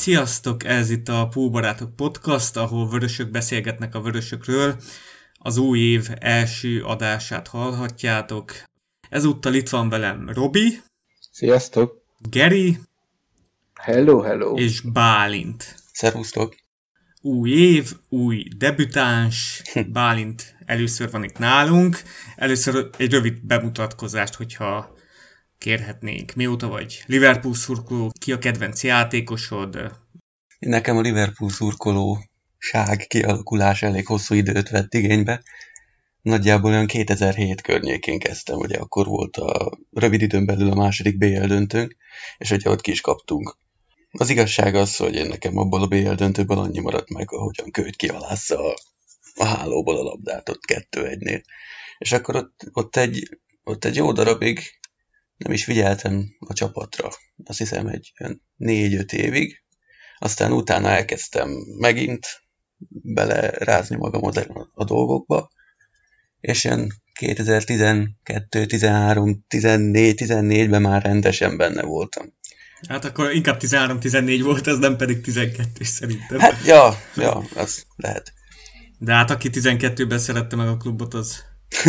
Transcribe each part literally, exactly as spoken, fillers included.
Sziasztok, ez itt a Póbarátok Podcast, ahol vörösök beszélgetnek a vörösökről. Az új év első adását hallhatjátok. Ezúttal itt van velem Robi. Sziasztok. Geri. Hello, hello. És Bálint. Szervusztok. Új év, új debütáns. Bálint először van itt nálunk. Először egy rövid bemutatkozást, hogyha kérhetnénk. Mióta vagy Liverpool szurkoló? Ki a kedvenc játékosod? Nekem a Liverpool szurkolóság kialakulás elég hosszú időt vett igénybe. Nagyjából olyan kétezer-hét környékén kezdtem, ugye akkor volt a rövid időn belül a második bé el döntőnk, és ugye ott ki is kaptunk. Az igazság az, hogy én nekem abból a bé el döntőből annyi maradt meg, ahogyan Kölyt kihalásza a, a hálóból a labdát ott kettő egynél. És akkor ott, ott, egy, ott egy jó darabig nem is figyeltem a csapatra. Azt hiszem egy négy-öt évig. Aztán utána elkezdtem megint belerázni magam a, a dolgokba, és ilyen kétezer-tizenkettő, tizenhárom, tizennégy, tizennégyben már rendesen benne voltam. Hát akkor inkább tizenhárom tizennégy volt, ez nem pedig tizenkettő szerintem. Hát, ja, ja, az lehet. De hát aki tizenkettőben szerette meg a klubot, az...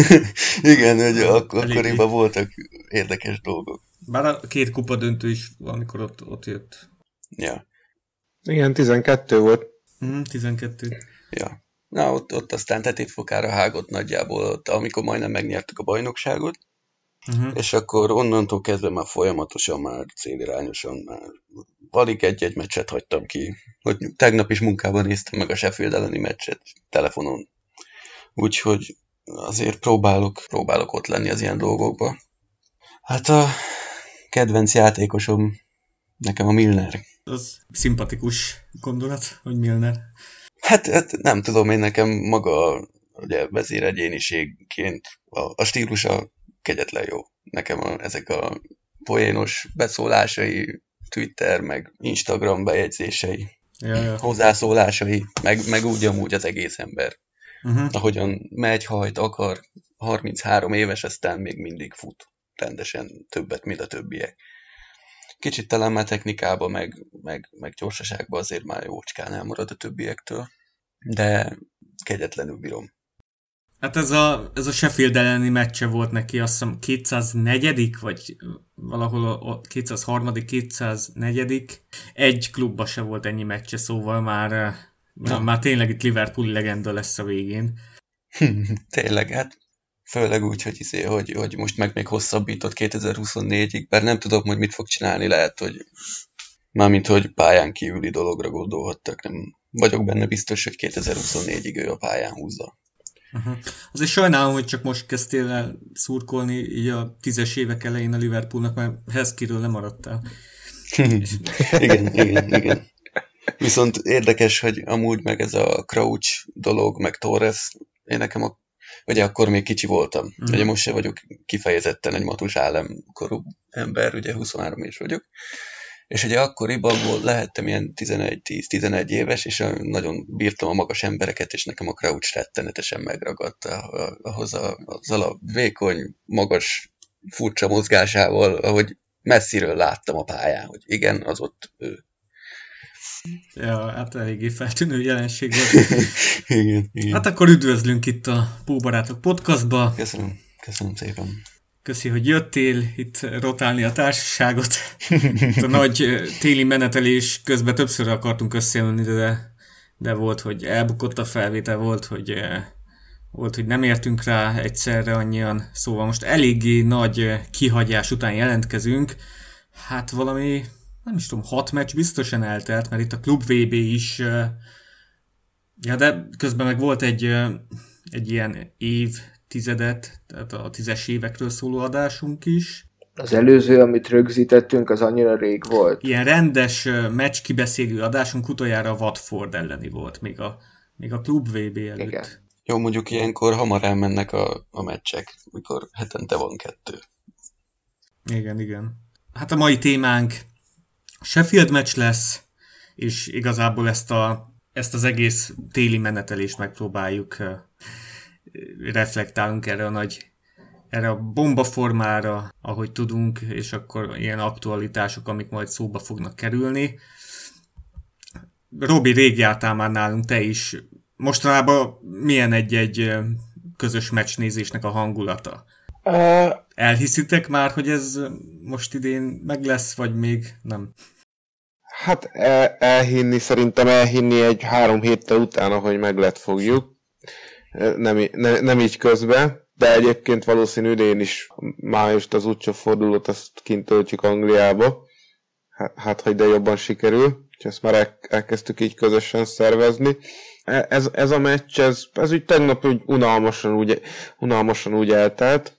Igen, hogy ak- akkoriban voltak érdekes dolgok. Bár a két kupa döntő is amikor ott, ott jött. Ja. Igen, tizenkettő volt. Mm, tizenkettő. Ja. Na, ott, ott aztán tetőfokára hágott nagyjából, ott, amikor majdnem megnyertük a bajnokságot, uh-huh. És akkor onnantól kezdve már folyamatosan, már célirányosan, már alig egy-egy meccset hagytam ki. Hogy tegnap is munkában néztem meg a Sheffield elleni meccset telefonon. Úgyhogy azért próbálok, próbálok ott lenni az ilyen dolgokban. Hát a kedvenc játékosom nekem a Milner. Az szimpatikus gondolat, hogy Milner. Hát, hát nem tudom, én nekem maga ugye vezéregyéniségként a, a stílusa kegyetlen jó. Nekem a, ezek a poénos beszólásai, Twitter, meg Instagram bejegyzései, ja, ja. hozzászólásai, meg, meg úgy amúgy az egész ember. Uh-huh. Ahogyan megy, hajt, akar, harminchárom éves, aztán még mindig fut rendesen többet, mint a többiek. Kicsit talán már technikában, meg, meg, meg gyorsaságban azért már jócskán elmarad a többiektől, de kegyetlenül bírom. Hát ez a, ez a Sheffield elleni meccse volt neki, azt hiszem kétszáznegyedik vagy valahol a kétszázharmadik, kétszáznegyedik Egy klubba se volt ennyi meccse, szóval már, már, már tényleg itt Liverpooli legenda lesz a végén. Tényleg, hát főleg úgy, hogy, izé, hogy, hogy most meg még hosszabbított kétezer-huszonnégyig, bár nem tudom, hogy mit fog csinálni, lehet, hogy mármint, hogy pályán kívüli dologra gondolhattak, nem vagyok benne biztos, hogy kétezer-huszonnégyig ő a pályán húzza. Uh-huh. Azért sajnálom, hogy csak most kezdtél el szurkolni így a tízes évek elején a Liverpoolnak, mert Heskeyről nem maradtál. igen, igen, igen. Viszont érdekes, hogy amúgy meg ez a Crouch dolog, meg Torres, én nekem a ugye akkor még kicsi voltam. Uh-huh. Ugye most se vagyok kifejezetten egy Matuzsálem korú ember, ugye huszonhárom éves vagyok. És ugye akkoriban lehettem ilyen tizenegy tíz-tizenegy éves, és nagyon bírtam a magas embereket, és nekem a Crouch rettenetesen megragadt ahhoz a, azzal a vékony, magas, furcsa mozgásával, ahogy messziről láttam a pályán, hogy igen, az ott ő. Ja, hát eléggé feltűnő jelenség volt. igen, igen. Hát akkor üdvözlünk itt a Póbarátok Podcastba. Köszönöm, köszönöm szépen. Köszi, hogy jöttél itt rotálni a társaságot. A nagy téli menetelés közben többször akartunk összejönni, de, de volt, hogy elbukott a felvétel, volt, hogy, volt, hogy nem értünk rá egyszerre annyian. Szóval most eléggé nagy kihagyás után jelentkezünk. Hát valami, nem is tudom, hat meccs biztosan eltelt, mert itt a Klub vé bé is, ja, de közben meg volt egy, egy ilyen év, tizedet, tehát a tízes évekről szóló adásunk is. Az előző, amit rögzítettünk, az annyira rég volt. Ilyen rendes meccs kibeszélő adásunk utoljára a Watford elleni volt, még a, még a Klub vé bé előtt. Igen. Jó, mondjuk ilyenkor hamar elmennek a, a meccsek, mikor hetente van kettő. Igen, igen. Hát a mai témánk Sheffield meccs lesz, és igazából ezt, a, ezt az egész téli menetelést megpróbáljuk reflektálunk erre a nagy, erre a bombaformára, ahogy tudunk, és akkor ilyen aktualitások, amik majd szóba fognak kerülni. Robi, rég jártál már nálunk, te is. Mostanában milyen egy-egy közös meccsnézésnek a hangulata? Uh, Elhiszitek már, hogy ez most idén meg lesz, vagy még nem? Hát el, elhinni, szerintem elhinni egy három héttel utána, hogy meg lett fogjuk. Nem, ne, nem így közben, de egyébként valószínű idén is májust az úgyse fordulót, azt kint töltjük Angliába. Hát, hát ha ide jobban sikerül, és ezt már el, elkezdtük így közösen szervezni. Ez, ez a meccs, ez, ez úgy tegnap úgy unalmasan úgy, unalmasan úgy eltelt.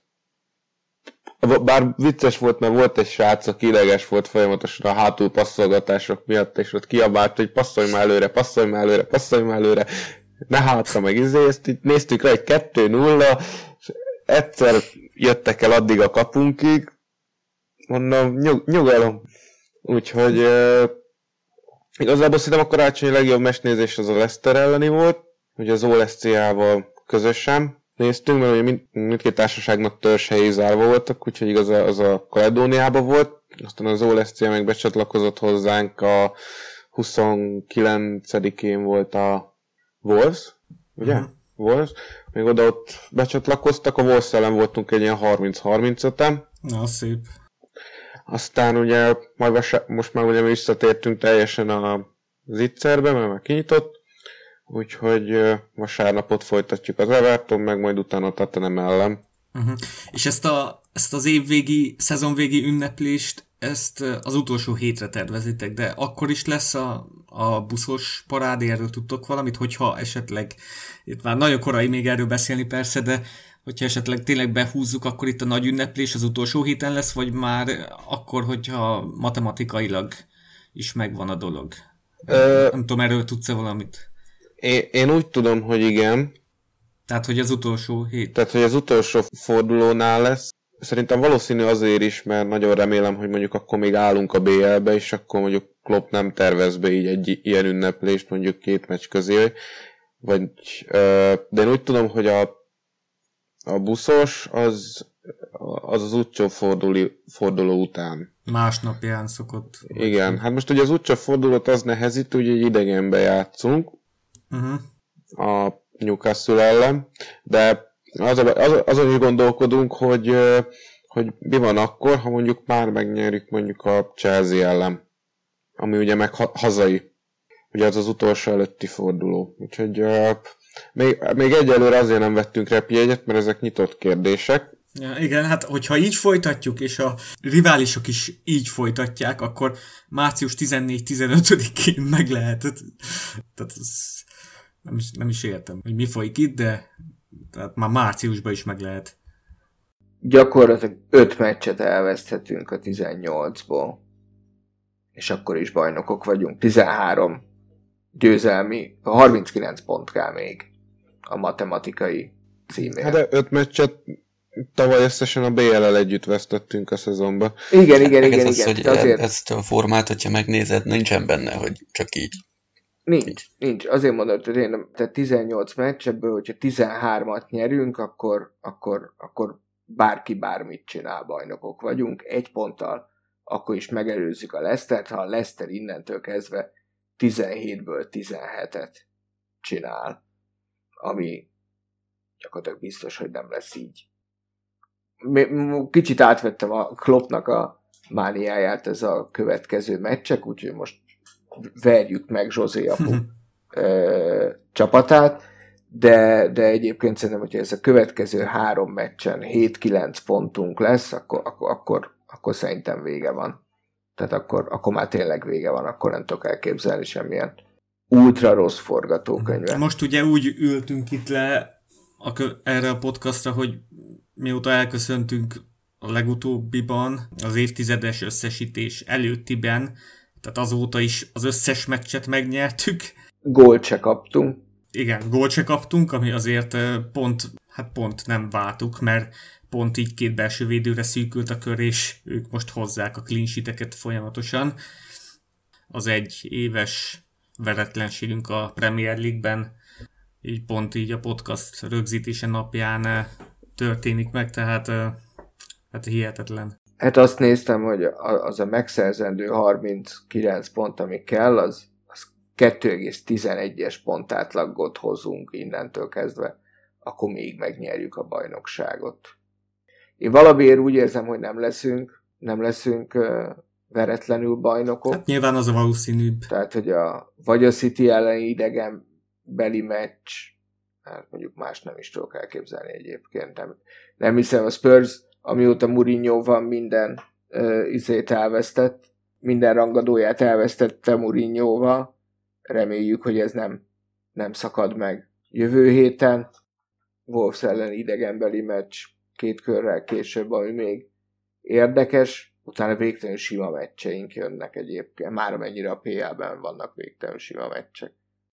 Bár vicces volt, mert volt egy srác, aki ideges volt folyamatosan a hátul passzolgatások miatt, és ott kiabált, hogy passzolj már előre, passzolj már előre, passzolj már előre, ne hátra meg izé, ezt így néztük rá, egy kettő nulla, és egyszer jöttek el addig a kapunkig, mondom, nyug, nyugalom. Úgyhogy uh, igazából szerintem a karácsonyi legjobb meccsnézés az a Leicester elleni volt, ugye az o es cé á-val közösen néztünk, mert ugye mind, mindkét társaságnak törzshelyi zárva voltak, úgyhogy igaz az a Kaledóniában volt, aztán az o es cé á meg becsatlakozott hozzánk a huszonkilencedikén volt a Wolves, ugye? Uh-huh. Wolves. Még oda ott becsatlakoztak, a Wolves ellen voltunk egy ilyen harminc-harmincöten. Na, szép. Aztán ugye majd vasa- most már ugye visszatértünk teljesen a Zitzerbe, mert már kinyitott, úgyhogy vasárnapot folytatjuk az Everton, meg majd utána a Tottenham ellen. Uh-huh. És ezt, a, ezt az évvégi, szezonvégi ünneplést, ezt az utolsó hétre tervezitek, de akkor is lesz a, a buszos parádi, erről tudtok valamit, hogyha esetleg, itt már nagyon korai még erről beszélni persze, de hogyha esetleg tényleg behúzzuk, akkor itt a nagy ünneplés az utolsó héten lesz, vagy már akkor, hogyha matematikailag is megvan a dolog? Ö... Nem tudom, erről tudsz-e valamit? Én, én úgy tudom, hogy igen. Tehát, hogy az utolsó hét. Tehát, hogy az utolsó fordulónál lesz. Szerintem valószínű azért is, mert nagyon remélem, hogy mondjuk akkor még állunk a bé el-be, és akkor mondjuk Klopp nem tervez be így egy ilyen ünneplést, mondjuk két meccs közé. Vagy, de én úgy tudom, hogy a, a buszos az az, az utcsó forduló, forduló után. Másnapján szokott. Igen, hát most ugye az utcsó fordulót az nehezít, hogy egy idegenbe játszunk. Uh-huh. A Newcastle ellen, de az, az, azon is gondolkodunk, hogy, hogy mi van akkor, ha mondjuk már megnyerjük mondjuk a Chelsea ellen, ami ugye meg ha, hazai. Ugye az az utolsó előtti forduló. Úgyhogy uh, még, még egyelőre azért nem vettünk repjegyet, mert ezek nyitott kérdések. Ja, igen, hát hogyha így folytatjuk, és a riválisok is így folytatják, akkor március tizennégy-tizenötödikén meg lehet. Tehát ez nem is, nem is értem, hogy mi folyik itt, de tehát már márciusban is meg lehet. Gyakorlatilag öt meccset elveszthetünk a tizennyolcból, és akkor is bajnokok vagyunk. tizenhárom győzelmi, harminckilenc pont kell még a matematikai címért. Hát de öt meccset tavaly összesen a bé el-el együtt vesztettünk a szezonba. Igen, igen, igen. igen, az, igen. Hogy azért... ezt a formát, hogyha megnézed, nincsen benne, hogy csak így. Nincs, így. nincs. Azért mondom, hogy én, tehát tizennyolc meccs, ebből, hogyha tizenhármat nyerünk, akkor, akkor, akkor bárki bármit csinál, bajnokok vagyunk. Egy ponttal akkor is megelőzzük a Leicestert, ha a Leicester innentől kezdve tizenhétből tizenhetet csinál, ami gyakorlatilag biztos, hogy nem lesz így. Kicsit átvettem a Kloppnak a mániáját ez a következő meccsek, úgyhogy most verjük meg Zsozé apu ö, csapatát, de, de egyébként szerintem, hogyha ez a következő három meccsen hét-kilenc pontunk lesz, akkor, akkor, akkor, akkor szerintem vége van. Tehát akkor, akkor már tényleg vége van, akkor nem tudok elképzelni semmilyen ultra rossz forgatókönyvet. Most ugye úgy ültünk itt le a kö- erre a podcastra, hogy mióta elköszöntünk a legutóbbiban, az évtizedes összesítés előttiben, tehát azóta is az összes meccset megnyertük. Gólt se kaptunk. Igen, gólt se kaptunk, ami azért pont, hát pont nem váltuk, mert pont így két belső védőre szűkült a kör, és ők most hozzák a clean sheeteket folyamatosan. Az egy éves veretlenségünk a Premier League-ben, így pont így a podcast rögzítése napján történik meg, tehát hát hihetetlen. Hát azt néztem, hogy az a megszerzendő harminckilenc pont, ami kell, az, az kettő egész tizenegyes pontátlagot hozunk innentől kezdve, akkor még megnyerjük a bajnokságot. Én valamiért úgy érzem, hogy nem leszünk, nem leszünk uh, veretlenül bajnokok. Hát nyilván az a valószínűbb. Tehát, hogy a, vagy a City elleni idegenbeli meccs, hát mondjuk más nem is tudok elképzelni egyébként. Nem, nem hiszem, a Spurs, amióta Mourinho van, minden uh, izét elvesztett, minden rangadóját elvesztette Mourinhoval. Reméljük, hogy ez nem, nem szakad meg jövő héten. Wolves ellen idegenbeli meccs két körrel később, ami még érdekes. Utána végtelenül sima meccseink jönnek egyébként. Már amennyire a pé el-ben vannak végtelenül sima meccsek.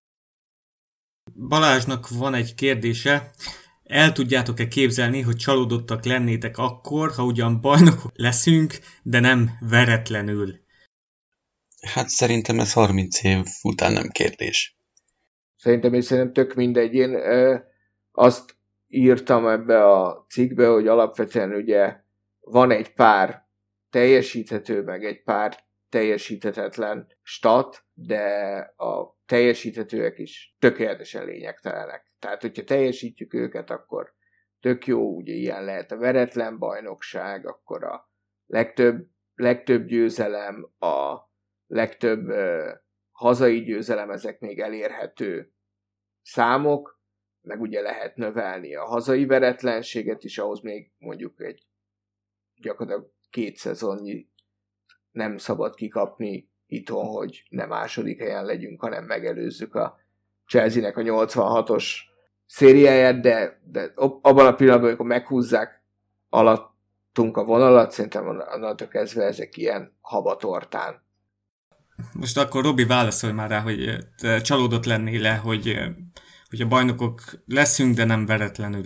Balázsnak van egy kérdése. El tudjátok-e képzelni, hogy csalódottak lennétek akkor, ha ugyan bajnokok leszünk, de nem veretlenül? Hát szerintem ez harminc év után nem kérdés. Szerintem és szerintem tök mindegy. Én ö, azt írtam ebbe a cikkbe, hogy alapvetően ugye van egy pár teljesíthető, meg egy pár teljesíthetetlen stat, de a teljesíthetőek is tökéletesen lényegtelenek. Tehát, hogyha teljesítjük őket, akkor tök jó, ugye ilyen lehet a veretlen bajnokság, akkor a legtöbb, legtöbb győzelem, a legtöbb uh, hazai győzelem, ezek még elérhető számok, meg ugye lehet növelni a hazai veretlenséget is, ahhoz még mondjuk egy gyakorlatilag két szezonnyi nem szabad kikapni itthon, hogy ne második helyen legyünk, hanem megelőzzük a Chelsea-nek a nyolcvanhatos szériáját, de, de abban a pillanatban, amikor meghúzzák alattunk a vonalat, szerintem onnantól kezdve ezek ilyen habatortán. Most akkor Robi válaszolj már rá, hogy te csalódott lennél le, hogy, hogy a bajnokok leszünk, de nem veretlenül.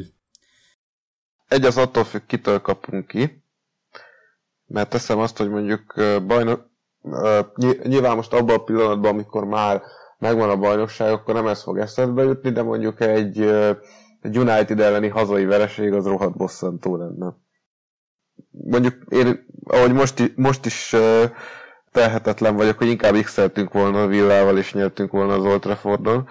Egy az attól függ, kitől kapunk ki, mert teszem azt, hogy mondjuk bajnok, nyilván most abban a pillanatban, amikor már megvan a bajnokság, akkor nem ez fog eszedbe jutni, de mondjuk egy, egy United elleni hazai vereség az rohadt bosszantó lenne. Mondjuk én, ahogy most, most is telhetetlen vagyok, hogy inkább x-eltünk volna a Villával, és nyertünk volna az Old Traffordon.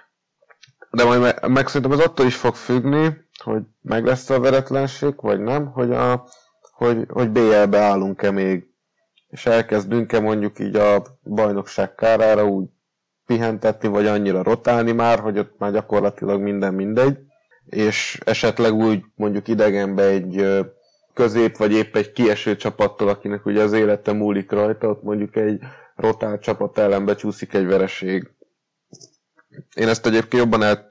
De majd meg, meg szerintem ez attól is fog függni, hogy meg lesz a veretlenség, vagy nem, hogy, a, hogy, hogy bé el-be állunk-e még, és elkezdünk-e mondjuk így a bajnokság kárára úgy pihentetni, vagy annyira rotálni már, hogy ott már gyakorlatilag minden mindegy, és esetleg úgy mondjuk idegenbe egy közép, vagy épp egy kieső csapattól, akinek ugye az élete múlik rajta, ott mondjuk egy rotált csapat ellen becsúszik egy vereség. Én ezt egyébként jobban el,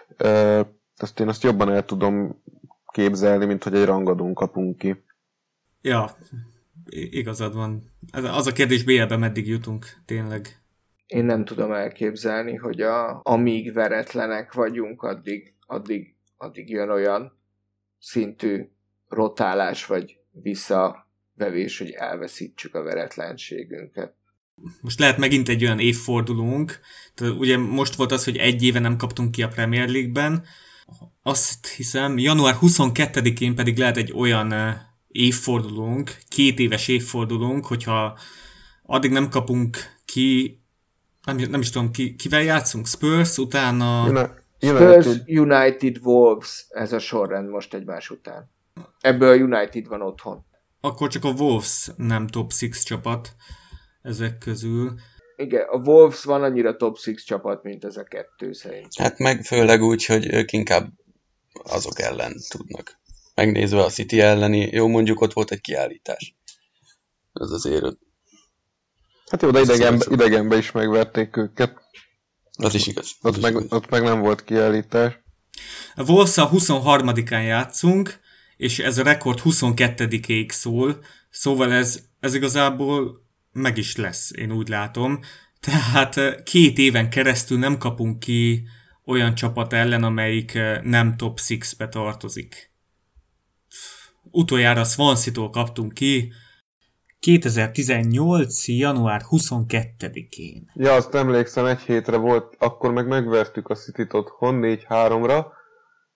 ezt én ezt jobban el tudom képzelni, mint hogy egy rangadón kapunk ki. Ja, igazad van. Az a kérdés, bé el-ben meddig jutunk, tényleg. Én nem tudom elképzelni, hogy a, amíg veretlenek vagyunk, addig, addig, addig jön olyan szintű rotálás vagy visszavevés, hogy elveszítsük a veretlenségünket. Most lehet megint egy olyan évfordulónk. Tehát ugye most volt az, hogy egy éve nem kaptunk ki a Premier League-ben. Azt hiszem, január huszonkettedikén pedig lehet egy olyan évfordulónk, két éves évfordulónk, hogyha addig nem kapunk ki, nem, nem is tudom, ki, kivel játszunk? Spurs, utána... United. Spurs, United, Wolves, ez a sorrend most egymás után. Ebből a United van otthon. Akkor csak a Wolves nem top hat csapat ezek közül. Igen, a Wolves van annyira top hat csapat, mint ez a kettő szerint. Hát meg főleg úgy, hogy ők inkább azok ellen tudnak. Megnézve a City elleni, jó, mondjuk ott volt egy kiállítás. Ez azért... Hát jó, de idegenbe, idegenbe is megverték őket. Az is igaz. Ott, is meg, igaz. ott meg nem volt kiállítás. A Wolves-szal huszonharmadikán játszunk, és ez a rekord huszonkettedikéig szól, szóval ez, ez igazából meg is lesz, én úgy látom. Tehát két éven keresztül nem kapunk ki olyan csapat ellen, amelyik nem top hatba tartozik. Utoljára a Swansea-tól kaptunk ki kétezer-tizennyolc. január huszonkettedikén. Ja, azt emlékszem, egy hétre volt, akkor meg megvertük a Cityt otthon négy háromra.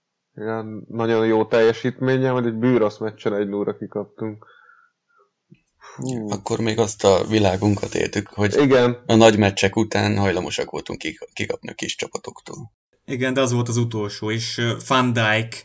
Igen, nagyon jó teljesítménnyel, majd egy bűrasz meccsen egy nullra kikaptunk. Hú. Akkor még azt a világunkat éltük, hogy Igen. a nagy meccsek után hajlamosak voltunk kik- kikapni a kis csapatoktól. Igen, de az volt az utolsó, és Van Dijk,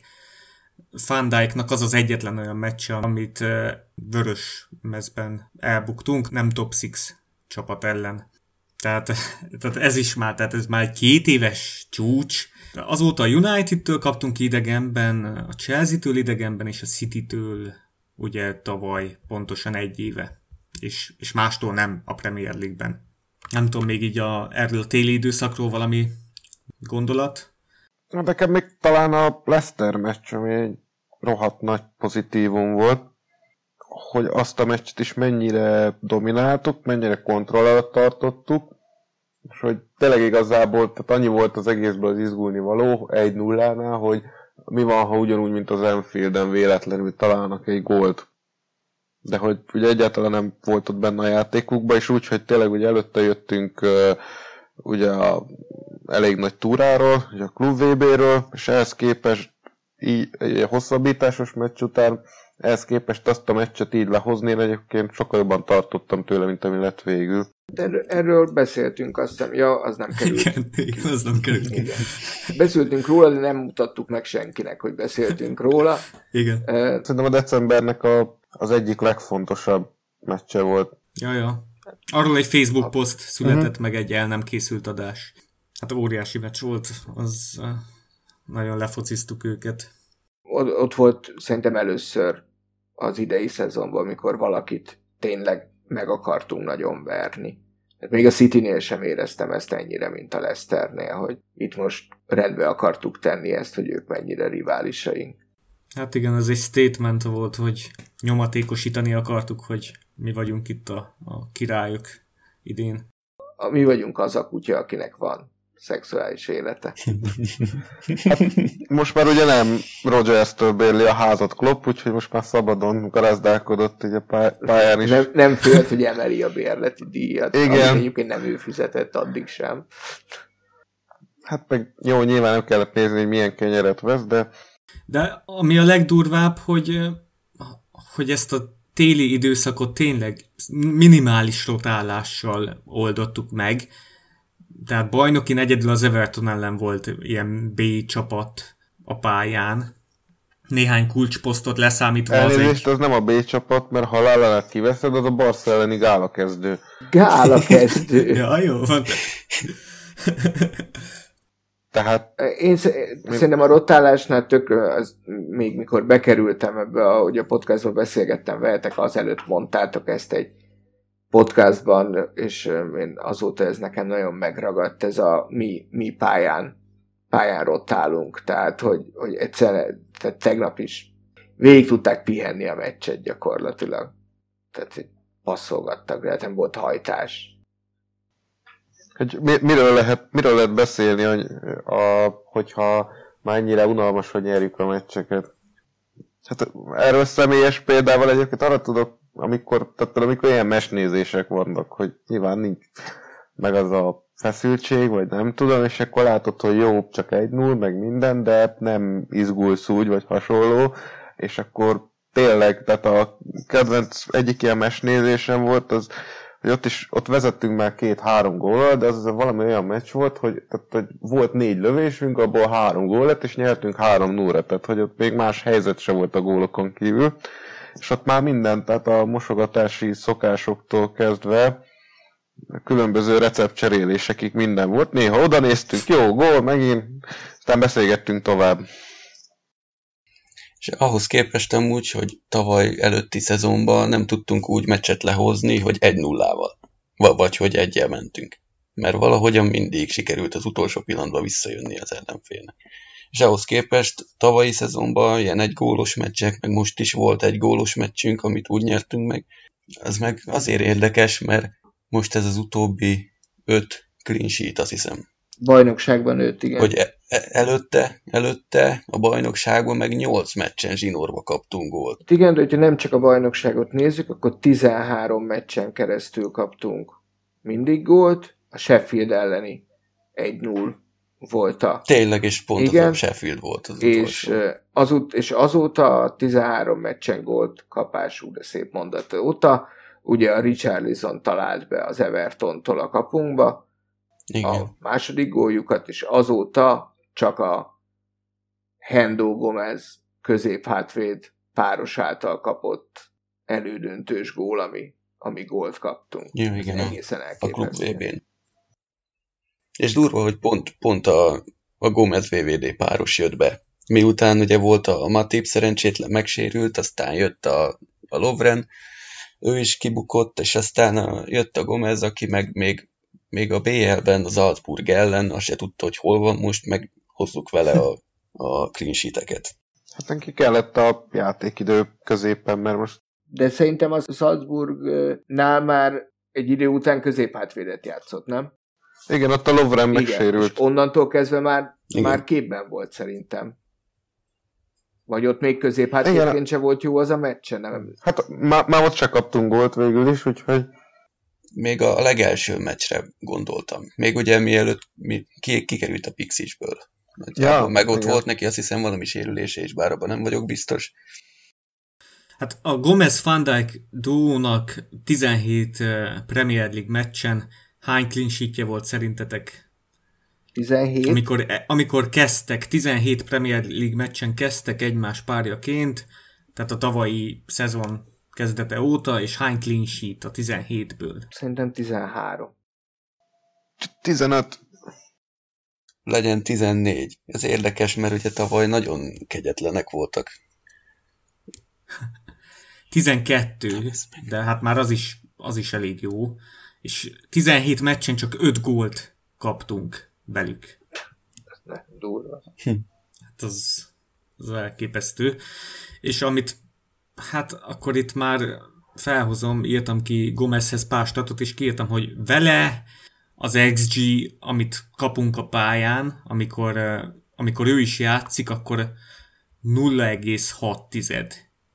Van Dijknak az az egyetlen olyan meccse, amit vörös mezben elbuktunk, nem top hat csapat ellen. Tehát, tehát ez is már, tehát ez már egy két éves csúcs. Azóta a United-től kaptunk idegenben, a Chelsea-től idegenben, és a City-től ugye tavaly pontosan egy éve. És, és mástól nem a Premier League-ben. Nem tudom, még így a, erről a téli időszakról valami gondolat? Na, nekem még talán a Leicester meccs, ami egy rohadt nagy pozitívum volt, hogy azt a meccset is mennyire domináltuk, mennyire kontroll alatt tartottuk, és hogy tényleg igazából, tehát annyi volt az egészből az izgulni való egy nullánál, hogy mi van, ha ugyanúgy, mint az Anfielden véletlenül találnak egy gólt. De hogy ugye egyáltalán nem volt ott benne a játékukban, és úgy, hogy tényleg ugye előtte jöttünk uh, ugye a elég nagy túráról, ugye a Klub vé bé-ről, és ehhez képest így, egy hosszabbításos meccs után ehhez képest azt a meccset így lehozni, én egyébként sokkal jobban tartottam tőle, mint ami lett végül. De erről beszéltünk, azt hiszem, ja, az nem került. Igen, igen, az nem került. Igen. Beszéltünk róla, de nem mutattuk meg senkinek, hogy beszéltünk róla. Igen. Uh, Szerintem a decembernek a, az egyik legfontosabb meccse volt. Ja, ja. Arról egy Facebook poszt született, uh-huh. meg egy el nem készült adás. Hát óriási meccs volt, az uh, nagyon lefociztuk őket. Ott, ott volt szerintem először az idei szezonban, amikor valakit tényleg meg akartunk nagyon verni. Még a Citynél sem éreztem ezt ennyire, mint a Leicesternél, hogy itt most rendbe akartuk tenni ezt, hogy ők mennyire riválisaink. Hát igen, ez egy statement volt, hogy nyomatékosítani akartuk, hogy mi vagyunk itt a, a királyok idén. A, mi vagyunk az a kutya, akinek van szexuális élete. Hát, most már ugye nem Rodgers-től bérli a házat Klopp, úgyhogy most már szabadon garázdálkodott így a pályán is. Nem, nem félt, hogy emeli a bérleti díjat. Igen. Amit egyébként nem ő fizetett addig sem. Hát meg jó, nyilván nem kellett nézni, hogy milyen kenyeret vesz, de... De ami a legdurvább, hogy, hogy ezt a téli időszakot tényleg minimális rotálással oldottuk meg. Tehát bajnokin egyedül az Everton ellen volt ilyen B csapat a pályán. Néhány kulcsposztot leszámítva az egy... Elnézést, az nem a B csapat, mert ha Lallát kiveszed, az a Barca elleni Gála kezdő. Gála kezdő. Ja, jó van. Tehát... Én szerintem a rotálásnál tök, az, még mikor bekerültem ebbe, ahogy a podcastban beszélgettem veletek, azelőtt mondtátok ezt egy podcastban, és én azóta ez nekem nagyon megragadt, ez a mi, mi pályán, pályán rotálunk, tehát hogy, hogy egyszerűen, tehát tegnap is végig tudták pihenni a meccset gyakorlatilag. Tehát passzolgattak, de nem volt hajtás. Hogy mi, miről, lehet, miről lehet beszélni, hogy, a, hogyha már ennyire unalmas, hogy nyerjük a meccseket? Hát erről személyes példával egyébként arra tudok, amikor, tehát amikor ilyen mesnézések vannak, hogy nyilván nincs meg az a feszültség, vagy nem tudom, és akkor látod, hogy jó, csak egy null, meg minden, de nem izgulsz úgy, vagy hasonló, és akkor tényleg, tehát a kedvenc egyik ilyen mesnézésem volt, az hogy ott is, ott vezettünk már két-három góllal, de az valami olyan meccs volt, hogy, tehát, hogy volt négy lövésünk, abból három gól lett, és nyertünk három nullra, tehát hogy ott még más helyzet se volt a gólokon kívül, és ott már minden, tehát a mosogatási szokásoktól kezdve a különböző receptcserélésekig minden volt, néha oda néztünk, jó, gól, megint, aztán beszélgettünk tovább. És ahhoz képest amúgy, hogy tavaly előtti szezonban nem tudtunk úgy meccset lehozni, hogy egy nullával. Vagy hogy egyel mentünk. Mert valahogyan mindig sikerült az utolsó pillanatban visszajönni az ellenfélnek. És ahhoz képest tavalyi szezonban ilyen egy gólos meccsek, meg most is volt egy gólos meccsünk, amit úgy nyertünk meg. Az meg azért érdekes, mert most ez az utóbbi öt clean sheet, azt hiszem. Bajnokságban őt, igen. Hogy előtte, előtte a bajnokságban meg nyolc meccsen zsinórba kaptunk gólt. Igen, de hogyha nem csak a bajnokságot nézzük, akkor tizenhárom meccsen keresztül kaptunk mindig gólt, a Sheffield elleni egy null volt a... Tényleg, és pont igen, az a Sheffield volt az és, azóta, és azóta a tizenhárom meccsen gólt kapású, de szép mondat. Óta ugye a Richarlison talált be az Evertontól a kapunkba, Igen. a második góljukat, és azóta csak a Hendo Gomez középhátvéd páros által kapott elődöntős gól, ami, ami gólt kaptunk. Jó, igen, egészen a klub elképesztő. vé bén. És durva, hogy pont, pont a, a Gomez vé vé dé páros jött be. Miután ugye volt a Matip szerencsétlen megsérült, aztán jött a, a Lovren, ő is kibukott, és aztán a, jött a Gomez, aki meg még, még a bé el-ben az Salzburg ellen, azt se tudta, hogy hol van most, meg hozzuk vele a, a clean sheet-eket. Hát neki kellett a játékidő középen, mert most... De szerintem a Salzburgnál már egy idő után középhátvédet játszott, nem? Igen, ott a Lovren Igen, megsérült. és onnantól kezdve már, Igen. már képben volt szerintem. Vagy ott még középhátvédként se volt jó az a meccse, nem? Hát má, már ott se kaptunk gólt végül is, úgyhogy... Még a legelső meccsre gondoltam. Még ugye mielőtt mi, ki, kikerült a Pixisből. Ja, meg ott igen. volt neki, azt hiszem, valami sérülése is, bár abban nem vagyok biztos. Hát a Gomez-Van Dijk duónak tizenhét Premier League meccsen hány clean sheetje volt szerintetek? tizenhét? Amikor, amikor kezdtek, tizenhét Premier League meccsen kezdtek egymás párjaként, tehát a tavalyi szezon kezdete óta, és hány clean sheet a tizenhétből? Szerintem tizenhárom. tizenöt. Legyen tizennégy. Ez érdekes, mert ugye tavaly nagyon kegyetlenek voltak. tizenkettő, de hát már az is, az is elég jó. És tizenhét meccsen csak öt gólt kaptunk velük. Ne, durva. Hát az, az elképesztő. És amit, hát akkor itt már felhozom, írtam ki Gomezhez pár statot, és kiírtam, hogy vele az iksz gé, amit kapunk a pályán, amikor, amikor ő is játszik, akkor nulla egész hat tized.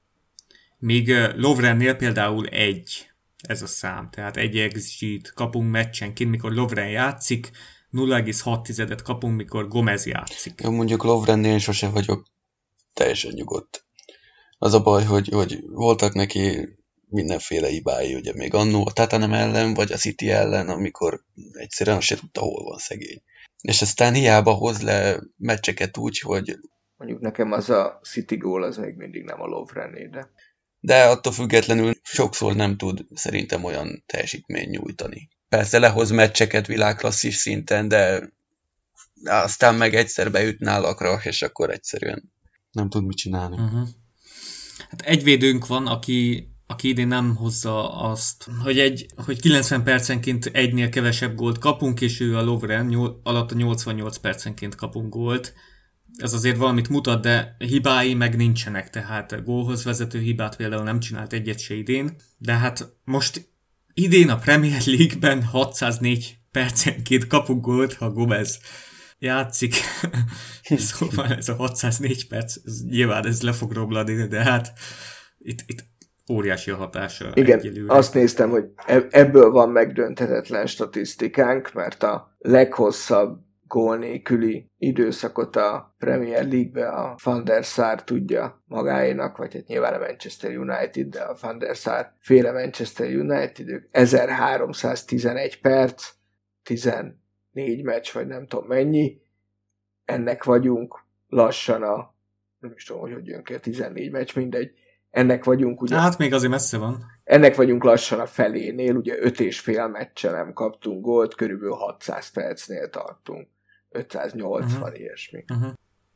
Míg Lovrennél például egy ez a szám, tehát egy iksz gét kapunk meccsenként, mikor Lovren játszik, nulla egész hat tizedet kapunk, mikor Gomez játszik. Jó, mondjuk Lovrennél sose vagyok teljesen nyugodt. Az a baj, hogy, hogy voltak neki mindenféle hibái, ugye még annó a Tottenham ellen, vagy a City ellen, amikor egyszerűen azt se tudta, hol van szegény. És aztán hiába hoz le meccseket úgy, hogy... Mondjuk nekem az a City gól az még mindig nem a Lovrené, de... De attól függetlenül sokszor nem tud szerintem olyan teljesítményt nyújtani. Persze lehoz meccseket világklasszis szinten, de aztán meg egyszer beüt nálakra, és akkor egyszerűen nem tud mit csinálni. Uh-huh. Hát egy védőnk van, aki, aki idén nem hozza azt, hogy, egy, hogy kilencven percenként egynél kevesebb gólt kapunk, és ő a Lovren nyol, alatt a nyolcvannyolc percenként kapunk gólt. Ez azért valamit mutat, de hibái meg nincsenek, tehát gólhoz vezető hibát például nem csinált egyet se idén. De hát most idén a Premier League-ben hatszáznégy percenként kapunk gólt, ha Gomez játszik. Szóval ez a hatszáznégy perc, ez, nyilván ez le fog romlani, de hát itt, itt óriási a hatása. Igen, egyelőre. azt néztem, hogy ebből van megdönthetetlen statisztikánk, mert a leghosszabb gól nélküli időszakot a Premier League-be a Van der Sar tudja magáénak, vagy hát nyilván a Manchester United, de a Van der Sar féle Manchester United, ők ezerháromszáztizenegy perc, tizennégy meccs, vagy nem tudom mennyi, ennek vagyunk lassan a, nem is tudom, hogy hogy jön ki a tizennégy meccs, mindegy, ennek vagyunk ugye... Hát még azért messze van. Ennek vagyunk lassan a felénél, ugye öt és fél meccsen nem kaptunk gólt, körülbelül hatszáz percnél tartunk. ötszáznyolcvan, uh-huh. ilyesmi. Uh-huh.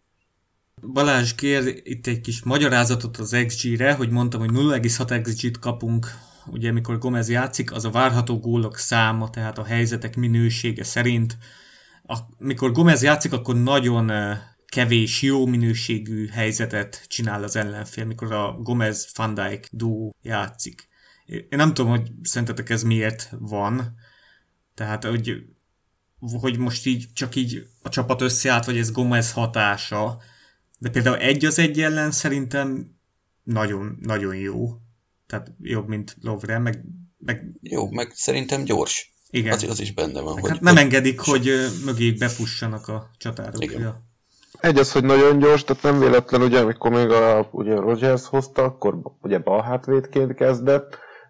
Balázs kér itt egy kis magyarázatot az iksz gére, hogy mondtam, hogy nulla egész hat iksz gét kapunk, ugye amikor Gomez játszik, az a várható gólok száma, tehát a helyzetek minősége szerint. Amikor Gomez játszik, akkor nagyon kevés jó minőségű helyzetet csinál az ellenfél, mikor a Gomez-Van Dijk duó játszik. Én nem tudom, hogy szerintetek ez miért van, tehát hogy, hogy most így csak így a csapat összeállt, vagy ez Gomez hatása, de például egy az egy ellen szerintem nagyon, nagyon jó. Tehát jobb, mint Lovren, meg, meg... Jó, meg szerintem gyors. Igen. Az, az is benne van. Hogy hát nem engedik, hogy mögé befussanak a csatárok. Igen. Ja. Egy az, hogy nagyon gyors, tehát nem véletlen, ugye, amikor még a ugye Rodgers hozta, akkor ugye balhátvédként kezdett,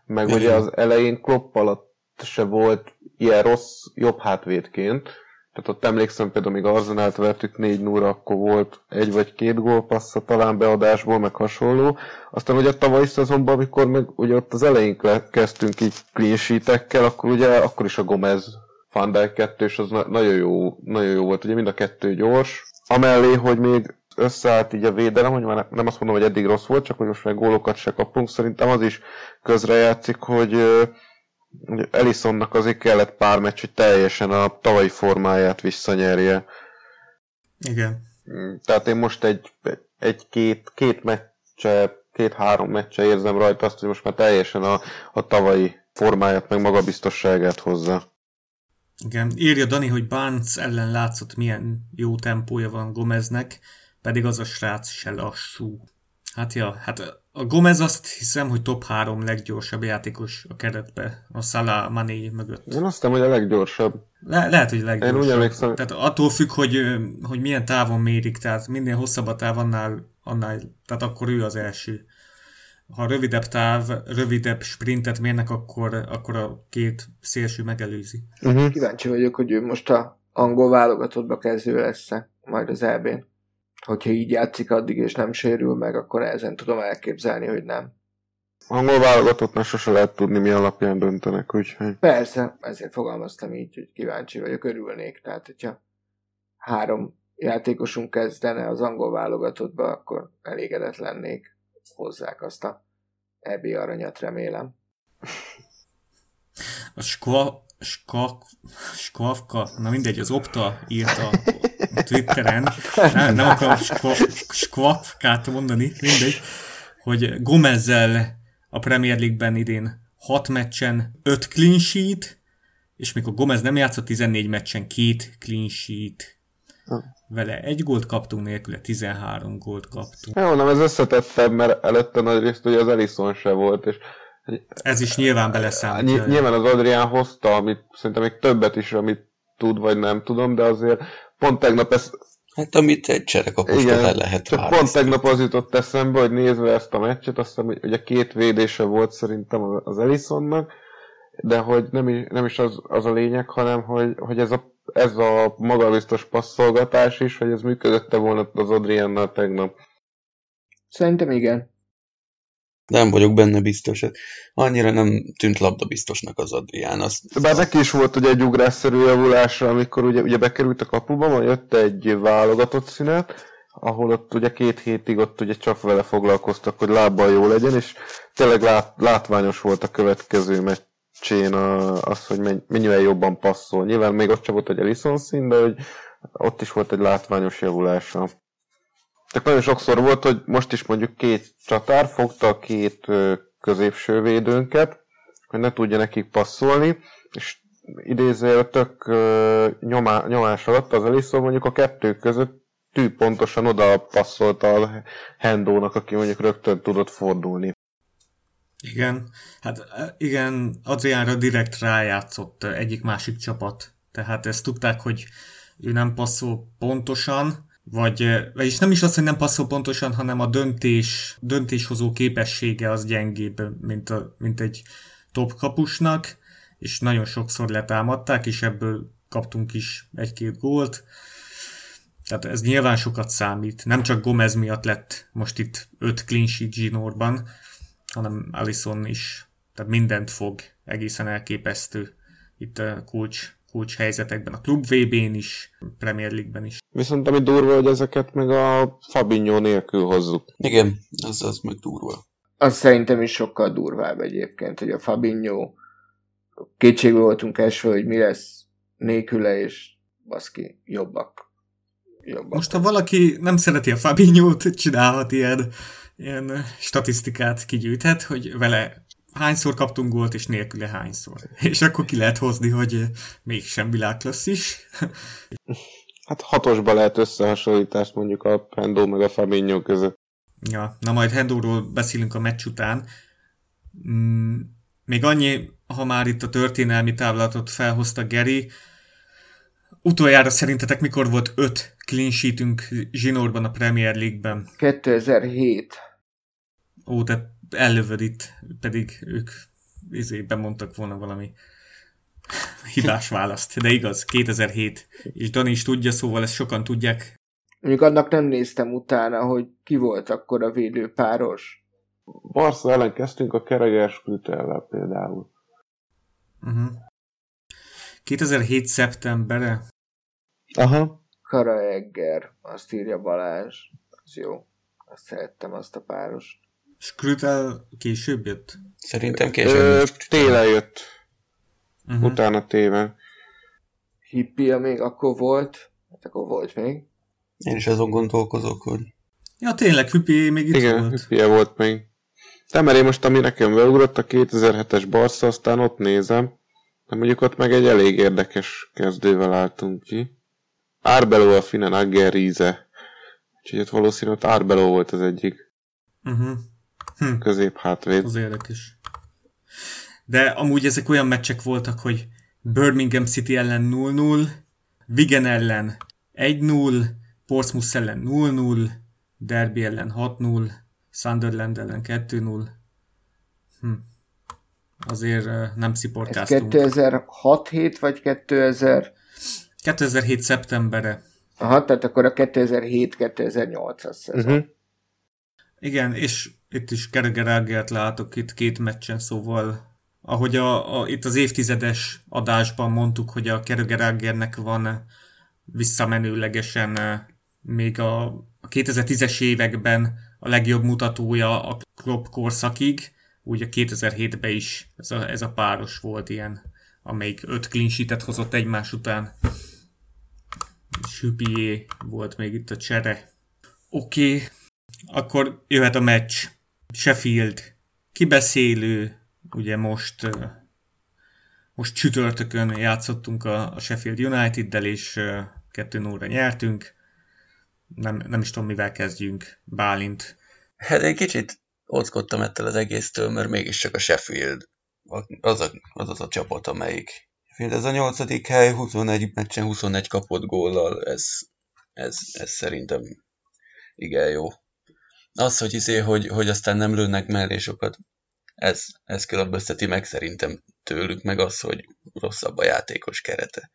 meg ugye az elején Klopp alatt se volt ilyen rossz jobb hátvédként. Tehát ott emlékszem például, még Arsenalt vertük négy nulla, akkor volt egy vagy két gólpassza talán beadásból, meg hasonló. Aztán ugye a tavalyi szezonban, amikor meg ugye ott az elején kezdtünk így clean sheetekkel, akkor ugye akkor is a Gomez Van Dijk kettős, az na- nagyon jó, nagyon jó volt, ugye mind a kettő gyors. Amellé, hogy még összeállt így a védelem, hogy már nem azt mondom, hogy eddig rossz volt, csak hogy most már gólokat se kapunk, szerintem az is közrejátszik, hogy Alissonnak azért kellett pár meccs, hogy teljesen a tavalyi formáját visszanyerje. Igen. Tehát én most egy, egy két, két meccse, két-három meccse érzem rajta azt, hogy most már teljesen a, a tavalyi formáját, meg magabiztosságát hozza. Igen, írja Dani, hogy Barnes ellen látszott, milyen jó tempója van Gomeznek, pedig az a srác se lassú. Hát ja, hát a Gomez azt hiszem, hogy top három leggyorsabb játékos a keretbe, a Salah, Mané mögött. Én azt hiszem, hogy a leggyorsabb. Le- lehet, hogy leggyorsabb. Én úgy emlékszem. Tehát attól függ, hogy, hogy milyen távon mérik, tehát minél hosszabb a táv, annál, annál, tehát akkor ő az első. Ha rövidebb táv, rövidebb sprintet mérnek, akkor, akkor a két szélső megelőzi. Uh-huh. Kíváncsi vagyok, hogy ő most a angol válogatottba kezdő lesz-e majd az é bén. Hogyha így játszik addig, és nem sérül meg, akkor ezen tudom elképzelni, hogy nem. Angol válogatottnál sose lehet tudni, mi alapján döntenek, úgyhogy... Persze, ezért fogalmaztam így, hogy kíváncsi vagyok, örülnék. Tehát, hogyha három játékosunk kezdene az angol válogatottba, akkor elégedett lennék. Hozzák azt a é bé aranyat, remélem. A Skva, Skva, Skvavka, na mindegy, az Opta írta a Twitteren, nem, nem akarom Skva, Skvavkát mondani, mindegy, hogy Gomezzel a Premier League-ben idén hat meccsen öt clean sheet, és mikor Gomez nem játszott, tizennégy meccsen két clean sheet. Vele egy gólt kaptunk, nélküle tizenhárom gólt kaptunk. Jó, nem, ez összetettebb, mert előtte nagyrészt ugye az Alisson se volt, és... Ez is nyilván beleszámít. Ny- nyilván az Adrián hozta, amit szerintem még többet is, amit tud, vagy nem tudom, de azért pont tegnap ez... Hát amit egy cserekapostól el lehet várni. Pont tegnap az jutott eszembe, hogy nézve ezt a meccset, azt hiszem, hogy ugye két védése volt szerintem az Alissonnak, de hogy nem is, nem is az, az a lényeg, hanem hogy, hogy ez a ez a magabiztos passzolgatás is, hogy ez működötte volna az Adriánnal tegnap. Szerintem igen. Nem vagyok benne biztos. Annyira nem tűnt labdabiztosnak az Adrián. Azt... Bár neki is volt ugye egy ugrásszerű javulása, amikor ugye, ugye bekerült a kapuba, majd jött egy válogatott szünet, ahol ott ugye két hétig ott ugye csak vele foglalkoztak, hogy lábbal jó legyen, és tényleg lát, látványos volt a következő meccs. Az, hogy mennyivel jobban passzol. Nyilván még ott sem volt egy Alisson szín, de hogy ott is volt egy látványos javulása. Tehát nagyon sokszor volt, hogy most is mondjuk két csatár fogta a két középső védőnket, hogy ne tudja nekik passzolni, és idézőjelben tök nyomá, nyomás alatt az Alisson mondjuk a kettő között tű pontosan oda passzolta a Hendónak, aki mondjuk rögtön tudott fordulni. Igen, hát igen, Adriánra direkt rájátszott egyik-másik csapat. Tehát ezt tudták, hogy ő nem passzol pontosan, vagy, vagyis nem is az, hogy nem passzol pontosan, hanem a döntés, döntéshozó képessége az gyengébb, mint, a, mint egy top kapusnak, és nagyon sokszor letámadták, és ebből kaptunk is egy-két gólt. Tehát ez nyilván sokat számít. Nem csak Gomez miatt lett most itt öt clean sheet zsinórban, hanem Alisson is. Tehát mindent fog, egészen elképesztő itt a kulcs, kulcs helyzetekben, a klub vé bén is, Premier League-ben is. Viszont ami durva, hogy ezeket meg a Fabinho nélkül hozzuk. Igen, az, az meg durva. Az szerintem is sokkal durvább egyébként, hogy a Fabinho kétségbe voltunk esve, hogy mi lesz nélküle, és baszki, jobbak. jobbak. Most ha valaki nem szereti a Fabinho-t, csinálhat ilyen, ilyen statisztikát kigyűjthet, hogy vele hányszor kaptunk gólt, és nélküle hányszor. És akkor ki lehet hozni, hogy mégsem világklasszis. Hát hatosba lehet összehasonlítást mondjuk a Hendo meg a Fabinho között. Ja, na majd Hendóról beszélünk a meccs után. Mm, még annyi, ha már itt a történelmi távlatot felhozta Geri, utoljára szerintetek mikor volt öt clean sheetünk zsinórban a Premier League-ben? kétezer-hét. Ó, te ellövöd itt, pedig ők izében mondtak volna valami hibás választ, de igaz, kétezer-hét, és Dani is tudja, szóval ezt sokan tudják. Mondjuk annak nem néztem utána, hogy ki volt akkor a védőpáros. Barca ellen kezdtünk a Kereger Skrütellel például. Uh-huh. kétezer-hét szeptembere. Aha. Karaegger, azt írja Balázs. Az jó. Azt szerettem, azt a párost. Skrütel később jött? Szerintem később. Ö, jött. télen jött. Uh-huh. Utána téven. Hippia még akkor volt. Hát akkor volt még. Én is azon gondolkozok, hogy... Ja, tényleg, Hüppi még itt Igen, volt. Hippia volt még. De mert én most, ami nekem beugrott, a kétezer-hetes Barca, aztán ott nézem. De mondjuk ott meg egy elég érdekes kezdővel álltunk ki. Arbeloa Finen Agger-Riese. Úgyhogy ott valószínűleg ott Arbeloa volt az egyik Uh-huh. Hm. középhátvéd. Az érdekes. De amúgy ezek olyan meccsek voltak, hogy Birmingham City ellen null null, Wigan ellen egy null, Portsmouth ellen null null, Derby ellen hat null, Sunderland ellen kettő null. Hm. Azért uh, nem Ez sziporkáztunk. kétezer-hat hét vagy kétezer? kétezer-hét szeptembere. Aha, tehát akkor a kétezer-hét-kétezer-nyolcas szezon. Uh-huh. Igen, és itt is Kereger Ágert látok itt két meccsen, szóval ahogy a, a, itt az évtizedes adásban mondtuk, hogy a Kereger Ágernek van visszamenőlegesen eh, még a, a kétezer-tízes években a legjobb mutatója a Klopp korszakig, úgy a kétezer-hétben is ez a, ez a páros volt ilyen, amelyik öt clean sheetet hozott egymás után. Hüppié volt még itt a csere. Oké, okay. Akkor jöhet a meccs. Sheffield. Kibeszélő. Ugye most most csütörtökön játszottunk a, a Sheffield United-del, és kettő nullra nyertünk. Nem, nem is tudom, mivel kezdjünk. Bálint. Hát egy kicsit óckodtam ettől az egésztől, mert mégiscsak a Sheffield az a, az, az a csapat, amelyik ez a nyolcadik hely, huszonegy meccsen huszonegy kapott góllal, ez, ez, ez szerintem igen jó. Az, hogy, izé, hogy, hogy aztán nem lőnek mellé sokat, ez, ez különbözteti meg szerintem tőlük, meg az, hogy rosszabb a játékos kerete.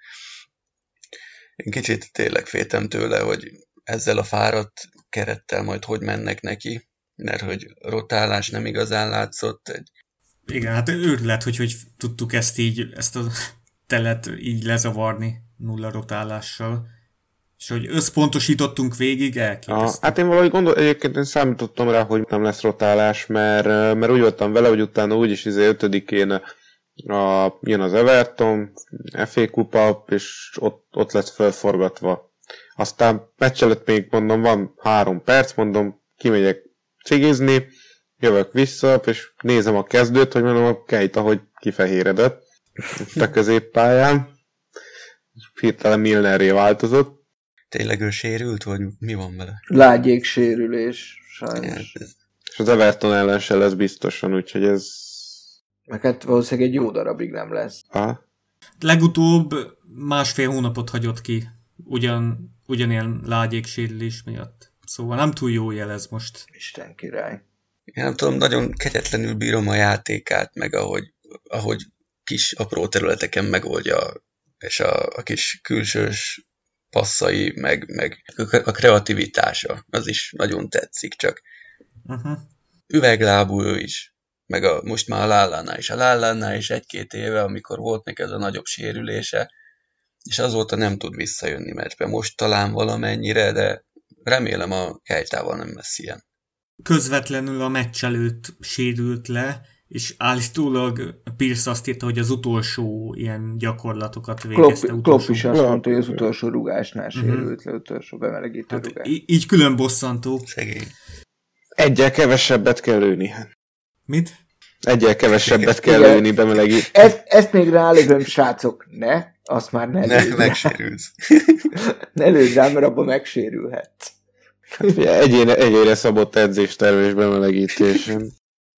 Én kicsit tényleg féltem tőle, hogy ezzel a fáradt kerettel majd hogy mennek neki, mert hogy rotálás nem igazán látszott. Egy... Igen, hát őrület, hogy hogy tudtuk ezt így, ezt a telet így lezavarni nulla rotálással. És hogy összpontosítottunk végig, elképesztő. Hát én valahogy gondol, egyébként én számítottam rá, hogy nem lesz rotálás, mert, mert úgy voltam vele, hogy utána úgyis izé ötödikén a, jön az Everton, ef á kupa, és ott, ott lesz felforgatva. Aztán meccs előtt még mondom, van három perc, mondom, kimegyek cigizni, jövök vissza, és nézem a kezdőt, hogy mondom, a Keita, hogy kifehéredett a középpályán. Hirtelen Milnerré változott. Tényleg ő sérült, vagy mi van vele? Lágyék sérülés, sajnos. Ja, ez... És az Everton ellen se lesz biztosan, úgyhogy ez... Meg hát valószínűleg egy jó darabig nem lesz. Aha. Legutóbb másfél hónapot hagyott ki, ugyan, ugyanilyen lágyék sérülés miatt. Szóval nem túl jó jel ez most. Isten király. Én nem tudom, nagyon kegyetlenül bírom a játékát, meg ahogy, ahogy kis apró területeken megoldja, és a, a kis külsős passzai, meg, meg a kreativitása, az is nagyon tetszik, csak Uh-huh. üveglábú ő is, meg a, most már a Lallánál is. A Lallánál is egy-két éve, amikor volt neki ez a nagyobb sérülése, és azóta nem tud visszajönni meccsbe. Most talán valamennyire, de remélem a Keitával nem lesz ilyen. Közvetlenül a meccs előtt sérült le, és állítólag Pierce azt írta, hogy az utolsó ilyen gyakorlatokat végezte. Klopp, utolsó. Klopp is azt mondta, hogy az utolsó rugásnál sérült le, utolsó bemelegítő Hát rugás. í- így külön bosszantó. Szegény. Egyel kevesebbet kell lőni. Mit? Egyel kevesebbet kell Igen. lőni, bemelegít. Ezt, ezt még rálövöm, srácok, ne, azt már ne Ne, lőd rá. megsérülsz. Ne lőd rá, mert abban megsérülhetsz. Egyéne, egyére szabott edzéstervés bemelegítésen.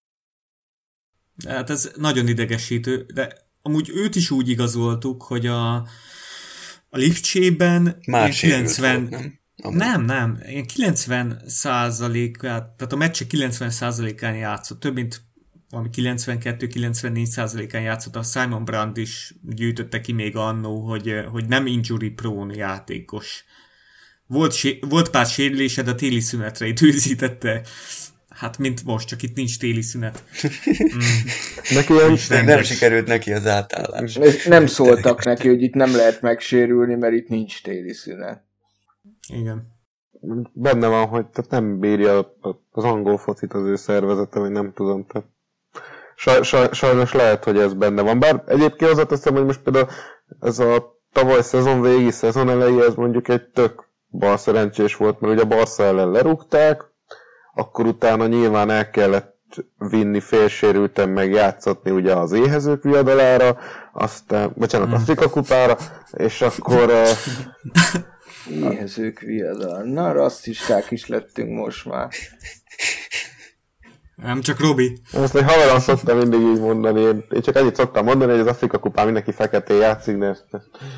Hát ez nagyon idegesítő, de amúgy őt is úgy igazoltuk, hogy a, a Lipcsében Már kilencven... volt, nem? Amúgy. Nem, nem. Ilyen kilencven százalékát, tehát a meccsek kilencven százalékán játszott. Több mint valami kilencvenkettő kilencvennégy százalékán játszott, a Simon Brand is gyűjtötte ki még annó, hogy, hogy nem injury prone játékos. Volt, volt pár sérülése, de a téli szünetre időzítette. Hát, mint most, csak itt nincs téli szünet. Mm. Neki olyan nem, nem sikerült neki az átállás. Nem szóltak neki, hogy itt nem lehet megsérülni, mert itt nincs téli szünet. Igen. Benne van, hogy tehát nem bírja az angol focit az ő szervezete, vagy nem tudom. Tehát saj, saj, sajnos lehet, hogy ez benne van. Bár egyébként hozzáteszem, hogy most például ez a tavaly szezon végi, szezon elejé, ez mondjuk egy tök bal szerencsés volt, mert ugye a Barca ellen lerúgták, akkor utána nyilván el kellett vinni félsérülten meg játszatni ugye az éhezők viadalára, aztán, bocsánat, Afrika kupára, és akkor... Éhezők viadal. Na, rasszisták is lettünk most már. Nem csak Robi. Most egy haverom szoktam mindig így mondani, én, én csak ennyit szoktam mondani, hogy az Afrika kupán mindenki feketén játszik, de ezt...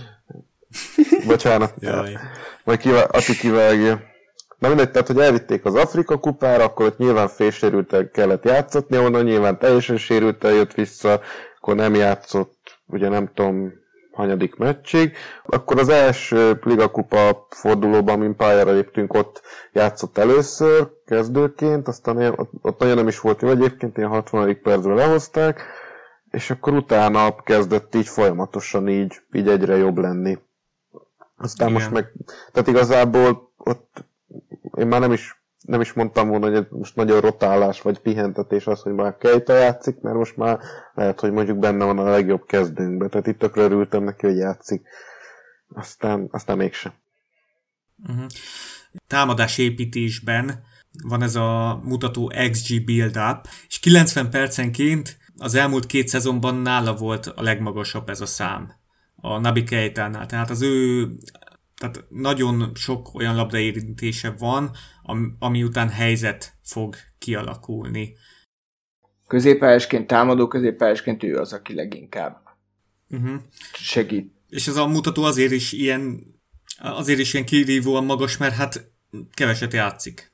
Bocsánat. Jaj. Majd kivá... Ati kivágja. Na mindegy, tehát, hogy elvitték az Afrika kupára, akkor ott nyilván félsérülten kellett játszatni, onnan nyilván teljesen sérülten jött vissza, akkor nem játszott, ugye nem tudom, hanyadik meccsig. Akkor az első ligakupa fordulóban, mint pályára léptünk, ott játszott először kezdőként, aztán ilyen, ott, ott nagyon nem is volt jó, egyébként ilyen hatvanadik percben lehozták, és akkor utána kezdett így folyamatosan így, így egyre jobb lenni. Aztán igen. Most meg, tehát igazából ott én már nem is, nem is mondtam volna, hogy most nagyon rotálás vagy pihentetés az, hogy már Keita játszik, mert most már lehet, hogy mondjuk benne van a legjobb kezdőnkben. Tehát itt tökre örültem neki, hogy játszik. Aztán, aztán mégsem. Uh-huh. Támadás építésben van ez a mutató iksz gé build-up, és kilencven percenként az elmúlt két szezonban nála volt a legmagasabb ez a szám. A Naby Keitánál. Tehát az ő... Tehát nagyon sok olyan labdaérintése van, ami után helyzet fog kialakulni. Középpályásként, támadó középpályásként ő az, aki leginkább uh-huh. segít. És ez a mutató azért is ilyen, azért is ilyen kirívóan magas, mert hát keveset játszik.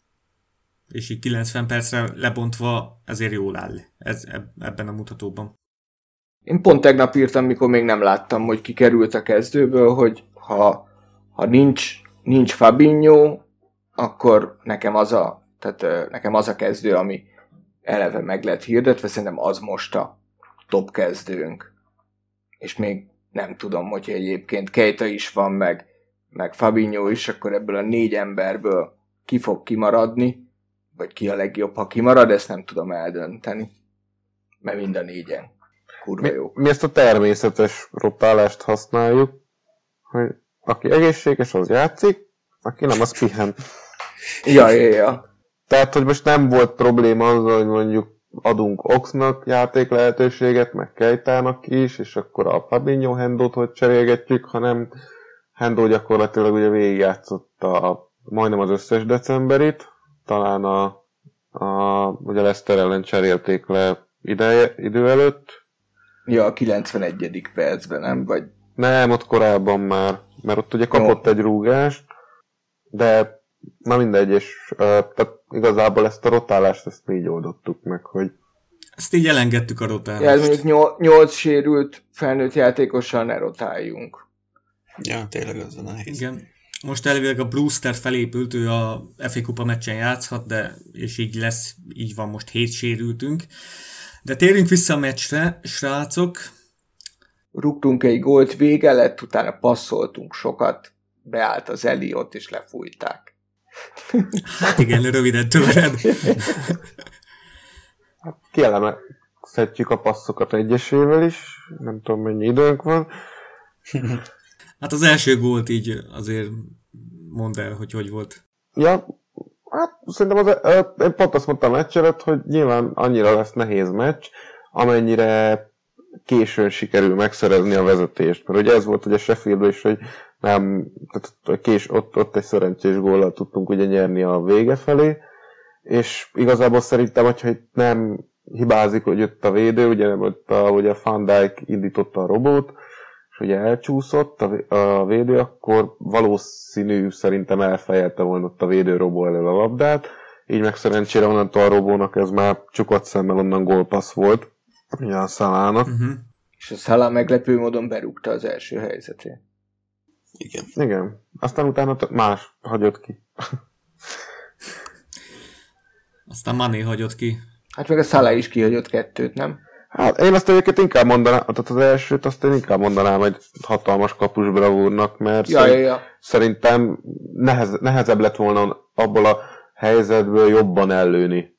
És így kilencven percre lebontva ezért jól áll ez, ebben a mutatóban. Én pont tegnap írtam, mikor még nem láttam, hogy kikerült a kezdőből, hogy ha Ha nincs, nincs Fabinho, akkor nekem az a, tehát nekem az a kezdő, ami eleve meg lett hirdetve, szerintem az most a top kezdőnk. És még nem tudom, hogyha egyébként Keita is van, meg, meg Fabinho is, akkor ebből a négy emberből ki fog kimaradni, vagy ki a legjobb, ha kimarad, ezt nem tudom eldönteni. Mert mind a négyen kurva jó. Mi, mi ezt a természetes rotálást használjuk, hogy aki egészséges, az játszik, aki nem, az pihen. Ja, ja, ja. Tehát, hogy most nem volt probléma azzal, hogy mondjuk adunk Oxnak játék lehetőséget, meg Keitának is, és akkor a Fabinho Hendót hogy cserélgetjük, hanem Hendó gyakorlatilag ugye végigjátszott a, majdnem az összes decemberit, talán a, a ugye Leicester ellen cserélték le ideje, idő előtt. Ja, a kilencvenegyedik percben, nem? Vagy... Nem, ott korábban már, mert ott ugye kapott jó. Egy rúgást, de na mindegy, és uh, tehát igazából ezt a rotálást ezt mi így oldottuk meg, hogy... Ezt így elengedtük a rotálást. Ja, mondjuk nyolc sérült felnőtt játékossal ne rotáljunk. Ja, tényleg az a nehéz. Igen. Most elvileg a Brewster felépült, ő a ef á kupa meccsen játszhat, de és így lesz, így van most hét sérültünk. De térjünk vissza a meccsre, srácok. Rúgtunk egy gólt, vége lett, utána passzoltunk sokat, beállt az Elliot, és lefújták. Hát igen, röviden tőled. Kielemezhetjük a passzokat egyesével is, nem tudom mennyi időnk van. Hát az első gólt így azért mondd el, hogy hogy volt. Ja, hát szerintem az, én pont azt mondtam a meccs előtt, hogy nyilván annyira lesz nehéz meccs, amennyire későn sikerül megszerezni a vezetést. Mert ugye ez volt ugye Sheffieldben is, hogy nem, tehát kés, ott, ott egy szerencsés góllal tudtunk ugye nyerni a vége felé, és igazából szerintem, hogyha itt nem hibázik, hogy jött a védő, ugye, ott a, ugye a Van Dijk indította a robót, és ugye elcsúszott a, a védő, akkor valószínű szerintem elfejelte volna ott a védő robó elől a labdát, így meg szerencsére onnantól a Robónak ez már csukott szemmel onnan gólpassz volt, ugye a Salának. Uh-huh. És a Salah meglepő módon berúgta az első helyzetét. Igen. Igen. Aztán utána t- más hagyott ki. Aztán Mané hagyott ki. Hát meg a Salah is kihagyott kettőt, nem? Hát én azt egyébként inkább mondanám, tehát az elsőt azt én inkább mondanám egy hatalmas kapus bravúrnak, mert Ja, szerint, ja, ja. szerintem nehez, nehezebb lett volna abból a helyzetből jobban ellőni.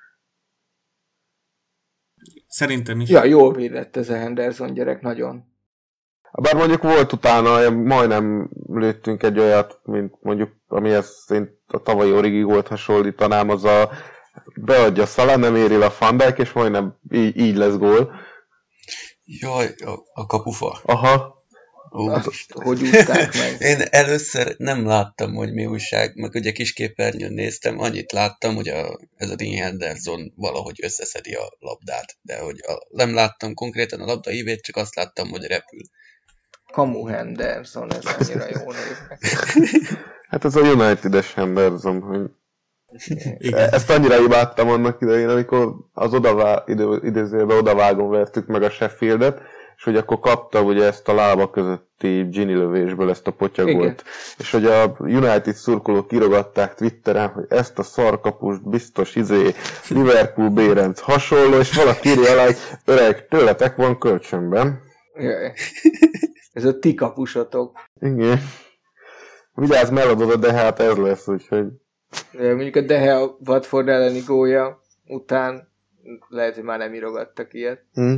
Szerintem is. Ja, jól védett ez a Henderson gyerek, nagyon. Bár mondjuk volt utána, majdnem lőttünk egy olyat, mint mondjuk, amihez én a tavalyi Origi gólt hasonlítanám, az a beadja Salah, nem éri le a Van Dijk, és majdnem így, így lesz gól. Jaj, a, a kapufa. Aha. Ó, Azt, hogy úszták meg. Én először nem láttam, hogy mi újság, meg ugye kisképernyőn néztem, annyit láttam, hogy a, ez a Dean Henderson valahogy összeszedi a labdát, de hogy a, nem láttam konkrétan a labda ívét, csak azt láttam, hogy repül. Kamu Henderson, ez annyira jól néz meg. Hát ez a United-es Henderson, hogy Igen. ezt annyira imádtam annak idején, amikor az odavá, idő, idézőjelben odavágon vertük meg a Sheffieldet, és hogy akkor kapta ugye ezt a lába közötti Gini lövésből ezt a potyagolt. És hogy a United szurkolók kirogatták Twitteren, hogy ezt a szarkapust biztos izé Liverpool Bérenc hasonló, és valaki írja alá, hogy öreg, tőletek van kölcsönben. Jaj. Ez a ti kapusatok. Igen. Vigyázz, megadod a de hát ez lesz, úgyhogy... Mondjuk a Dehe a Watford elleni gólja után lehet, hogy már nem írogattak ilyet. Hm.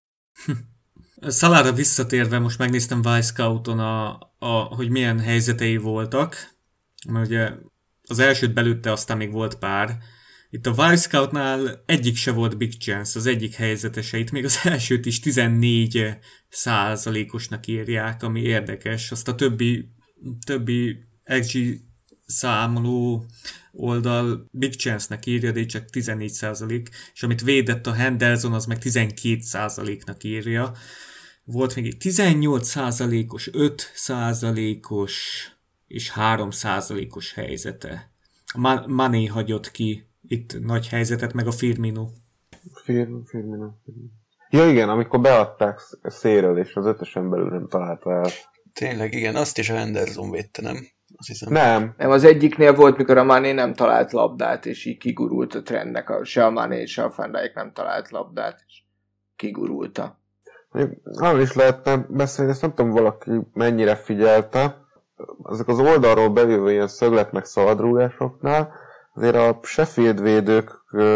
Salahra visszatérve most megnéztem Wisecout-on, a, a, hogy milyen helyzetei voltak, mert ugye az elsőt belőtte, aztán még volt pár. Itt a Wisecoutnál egyik se volt big chance, az egyik helyzetese. Itt még az elsőt is tizennégy százalékosnak írják, ami érdekes. Azt a többi, többi iksz gé számoló oldal big chance-nek írja, de csak tizennégy százalék, és amit védett a Henderson, az meg tizenkét százaléknak írja. Volt még egy tizennyolc százalékos, öt százalékos és három százalékos helyzete. Ma- Mané hagyott ki itt nagy helyzetet, meg a Firmino. Firmino, Firmino. Ja igen, amikor beadták szélről, és az ötösen belül nem találta el. Tényleg, igen, azt is a Henderson védte, nem? Azt hiszem. Nem. Nem, az egyiknél volt, mikor a Mané nem talált labdát, és így kigurult a trendnek, a, se a Mané, se a Van Dijk nem talált labdát, és kigurulta. Arról is lehetne beszélni, ezt nem tudom, valaki mennyire figyelte. Ezek az oldalról bejövő ilyen szöglet meg szabadrúgásoknál azért a Sheffield védők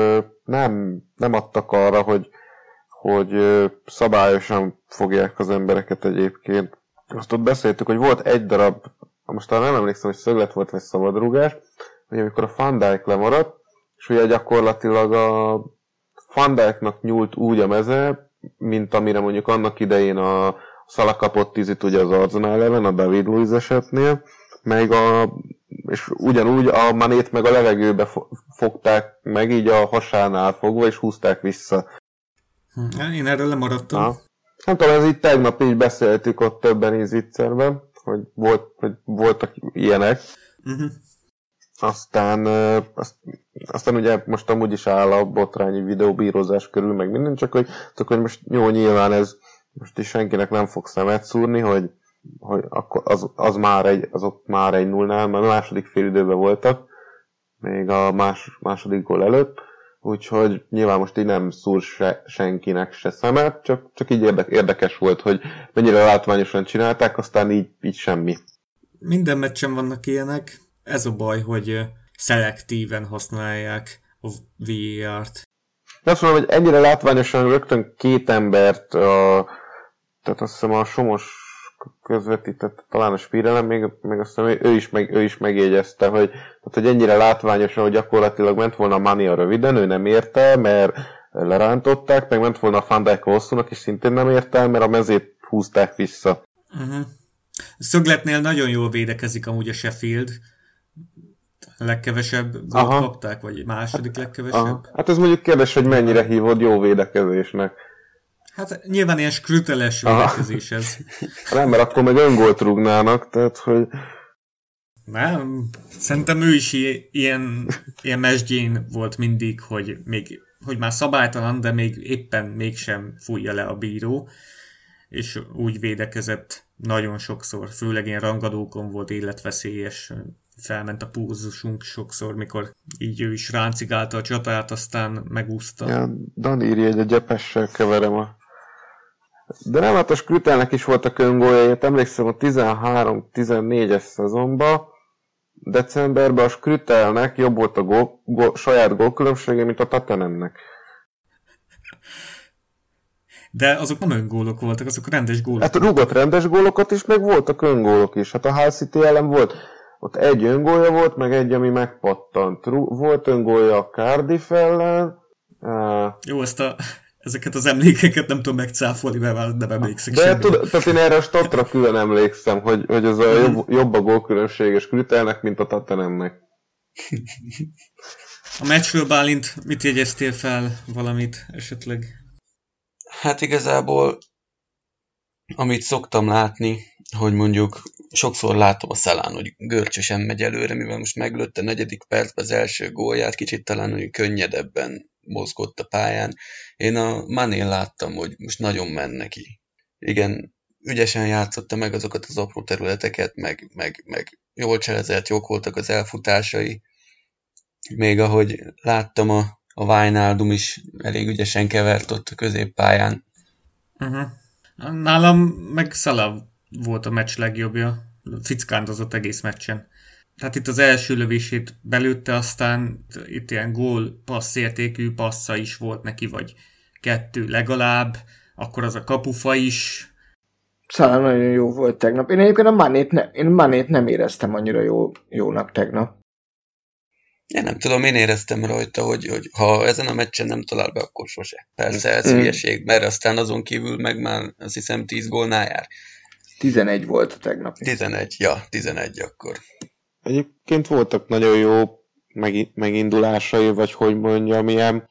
nem, nem adtak arra, hogy, hogy szabályosan fogják az embereket egyébként. Azt ott beszéltük, hogy volt egy darab, most talán nem emlékszem, hogy szöglet volt vagy szabadrúgás, hogy amikor a Van Dijk lemaradt, és ugye gyakorlatilag a Van Dijknak nyúlt úgy a meze, mint amire mondjuk annak idején a Salah kapott tízit ugye az Arsenal ellen, a David Luiz esetnél, meg a, és ugyanúgy a Manét meg a levegőbe fogták meg, így a hasánál fogva, és húzták vissza. Én erről lemaradtam. Na. Nem tudom, ez így tegnap így beszéltük ott többen így zicserben, hogy, volt, hogy voltak ilyenek. Uh-huh. Aztán, azt, aztán ugye most amúgy is áll a botrányi videóbírozás körül, meg minden, csak hogy, csak hogy most jó, nyilván ez most is senkinek nem fog szemet szúrni, hogy, hogy akkor az, az már egy, azok már egy nullnál, mert a második fél időben voltak, még a más, második gól előtt, úgyhogy nyilván most így nem szúr se, senkinek se szemet, csak, csak így érdek, érdekes volt, hogy mennyire látványosan csinálták, aztán így, így semmi. Minden meccsen vannak ilyenek. Ez a baj, hogy szelektíven használják a vé á er-t. De azt mondom, hogy ennyire látványosan rögtön két embert, a, tehát azt hiszem a Somos közvetített, talán a Spirelem, még, még azt hiszem, ő is, meg, ő is megjegyezte, hogy, tehát, hogy ennyire látványosan, hogy gyakorlatilag ment volna a Mania röviden, ő nem érte, mert lerántották, meg ment volna a Van Dijk hosszúnak, és szintén nem érte, mert a mezét húzták vissza. Uh-huh. Szögletnél nagyon jól védekezik amúgy a Sheffield. A legkevesebb gólt kapták, vagy második legkevesebb? Aha. Hát ez mondjuk kérdés, hogy mennyire hívod jó védekezésnek. Hát nyilván ilyen skrüteles védekezés ez. Nem, mert akkor meg öngólt rúgnának, tehát hogy... Nem, szerintem ő is i- ilyen, ilyen mesdjén volt mindig, hogy, még, hogy már szabálytalan, de még éppen mégsem fújja le a bíró, és úgy védekezett nagyon sokszor, főleg ilyen rangadókon volt életveszélyes, felment a pulzusunk sokszor, mikor így ő is ráncigálta a csatát, aztán megúszta. Ja, Dani írja, hogy a Gyepessel keverem a... De nem, hát a Skrütelnek is voltak öngóljaim, emlékszem a tizenhárom tizennégyes szezonban, decemberben a Skrütelnek jobb volt a gól, gól, saját gólkülönbsége, mint a Tatanemnek. De azok nem öngólok voltak, azok rendes gólok. Hát rúgott rendes gólokat is, meg voltak öngólok is. Hát a Hull City ellen volt, ott egy öngólja volt, meg egy, ami megpattant. Volt öngólja a Cardiff ellen. Uh, Jó, ezt a, ezeket az emlékeket nem tudom megcáfolni, mert már nem emlékszek de semmire. tud, tehát én erre a statra külön emlékszem, hogy, hogy ez a jobb, jobb a gólkülönbséges Krütelnek, mint a Tatanemnek. A meccsről, Bálint, mit jegyeztél fel valamit esetleg? Hát igazából, amit szoktam látni, hogy mondjuk sokszor látom a Szalán, hogy görcsösen megy előre, mivel most meglőtte a negyedik percben az első gólját, kicsit talán hogy könnyedebben mozgott a pályán. Én a Manén láttam, hogy most nagyon men neki. Igen, ügyesen játszotta meg azokat az apró területeket, meg, meg, meg jól cselezett, jók voltak az elfutásai. Még ahogy láttam, a, a Wijnaldum is elég ügyesen kevert ott a középpályán. Uh-huh. Nálam meg Salah volt a meccs legjobbja. Fickándozott egész meccsen. Tehát itt az első lövését belőtte, aztán itt ilyen gól passzértékű passza is volt neki, vagy kettő legalább, akkor az a kapufa is. Salah nagyon jó volt tegnap. Én egyébként a Manét, ne, én Manét nem éreztem annyira jó, jónak tegnap. Én nem tudom, én éreztem rajta, hogy, hogy ha ezen a meccsen nem talál be, akkor sose. Persze, ez Mm. hülyeség, mert aztán azon kívül meg már azt hiszem tíz gólnál jár. tizenegy volt a tegnap. tizenegy, ja, tizenegy akkor. Egyébként voltak nagyon jó meg, megindulásai, vagy hogy mondjam, ilyen...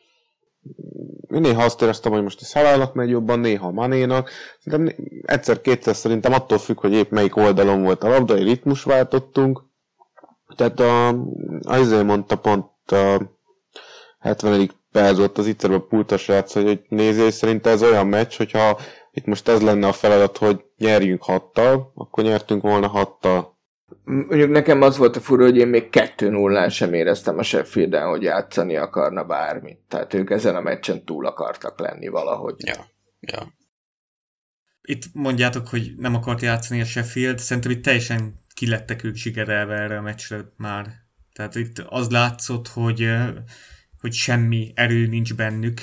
Én néha azt éreztem, hogy most a Salahnak megy jobban, néha a Manénak. Szerintem egyszer-kétszer szerintem attól függ, hogy épp melyik oldalon volt a labda, egy ritmus váltottunk. Tehát a, azért mondta pont a hetvenedik perc volt az Itterben a pultos játsz, hogy nézés szerint ez olyan meccs, hogyha itt most ez lenne a feladat, hogy nyerjünk hattal, akkor nyertünk volna hattal. Mondjuk nekem az volt a fura, hogy én még kettő nullán sem éreztem a Sheffielden, hogy játszani akarna bármit. Tehát ők ezen a meccsen túl akartak lenni valahogy. Ja, ja. Itt mondjátok, hogy nem akart játszani a Sheffield, szerintem itt teljesen kilettek ők zsigerelve erre a meccsre már. Tehát itt az látszott, hogy, hogy semmi erő nincs bennük.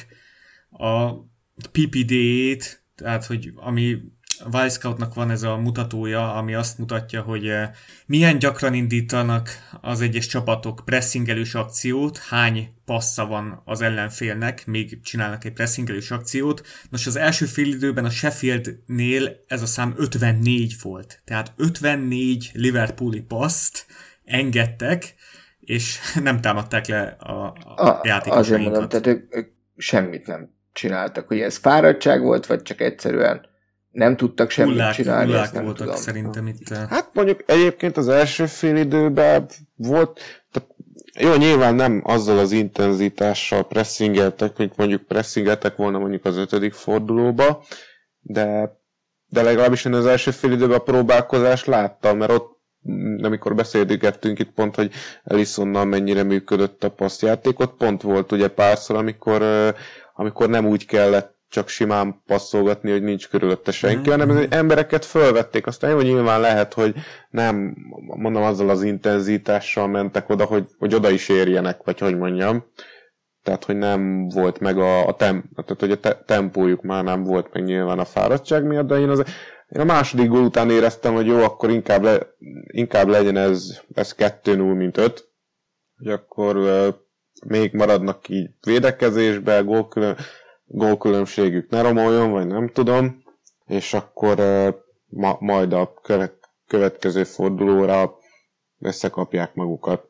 A pé pé dé-t, tehát hogy ami a Wisecoutnak van ez a mutatója, ami azt mutatja, hogy milyen gyakran indítanak az egyes csapatok pressingelős akciót, hány passza van az ellenfélnek, még csinálnak egy pressingelős akciót. Nos, az első félidőben a Sheffieldnél ez a szám ötvennégy volt. Tehát ötvennégy Liverpooli passzt engedtek, és nem támadták le a, a, a játékosainkat. Azért mondom, tehát ők, ők semmit nem csináltak. Hogy ez fáradtság volt, vagy csak egyszerűen nem tudtak semmit hullák, csinálni, hullák ezt nem voltak tudom. szerintem itt. Hát mondjuk egyébként az első fél időben volt, tehát jó, nyilván nem azzal az intenzitással pressingeltek, mint mondjuk pressingeltek volna mondjuk az ötödik fordulóba, de, de legalábbis én az első fél időben a próbálkozást láttam, mert ott amikor beszélgettünk itt pont, hogy Elissonnal mennyire működött a passzjáték, ott pont volt ugye párszor, amikor, amikor nem úgy kellett csak simán passzolgatni, hogy nincs körülötte senki, mm. hanem embereket fölvették. Aztán jó, nyilván lehet, hogy nem, mondom, azzal az intenzitással mentek oda, hogy, hogy oda is érjenek, vagy hogy mondjam. Tehát, hogy nem volt meg a, a, tem, tehát, hogy a te, tempójuk már nem volt meg nyilván a fáradtság miatt, de én, az, én a második gól után éreztem, hogy jó, akkor inkább, le, inkább legyen ez, ez kettő null, mint öt, hogy akkor uh, még maradnak így védekezésbe, gólkülön, gólkülönbségük ne romoljon, vagy nem tudom, és akkor uh, ma, majd a követ, következő fordulóra összekapják magukat.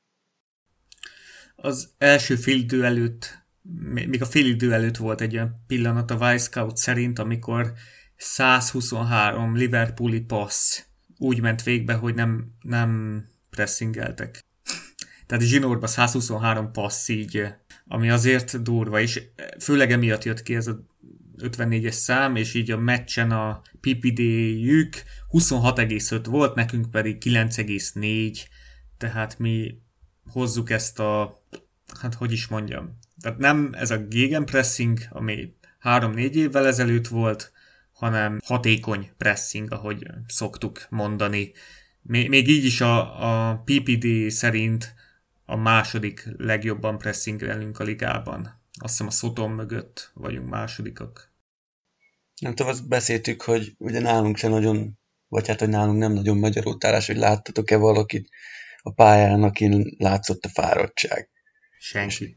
Az első félidő előtt, még a félidő előtt volt egy olyan pillanat a Wisecout szerint, amikor százhuszonhárom Liverpooli passz úgy ment végbe, hogy nem, nem pressingeltek. Tehát zsinórban száz huszonhárom passz így, ami azért durva, és főleg emiatt jött ki ez a ötvennégyes szám, és így a meccsen a pé pé dé-jük huszonhat egész öt volt, nekünk pedig kilenc egész négy, tehát mi hozzuk ezt a, hát hogy is mondjam, tehát nem ez a gegenpressing, ami három-négy évvel ezelőtt volt, hanem hatékony pressing, ahogy szoktuk mondani. Még így is a, a pé pé dé szerint a második legjobban pressingelünk a ligában. Azt hiszem a Soton mögött vagyunk másodikak. Nem tudom, azt beszéltük, hogy ugye nálunk se nagyon, vagy hát, hogy nálunk nem nagyon magyar utálás, hogy láttatok-e valakit a pályán, akin látszott a fáradtság. Senki.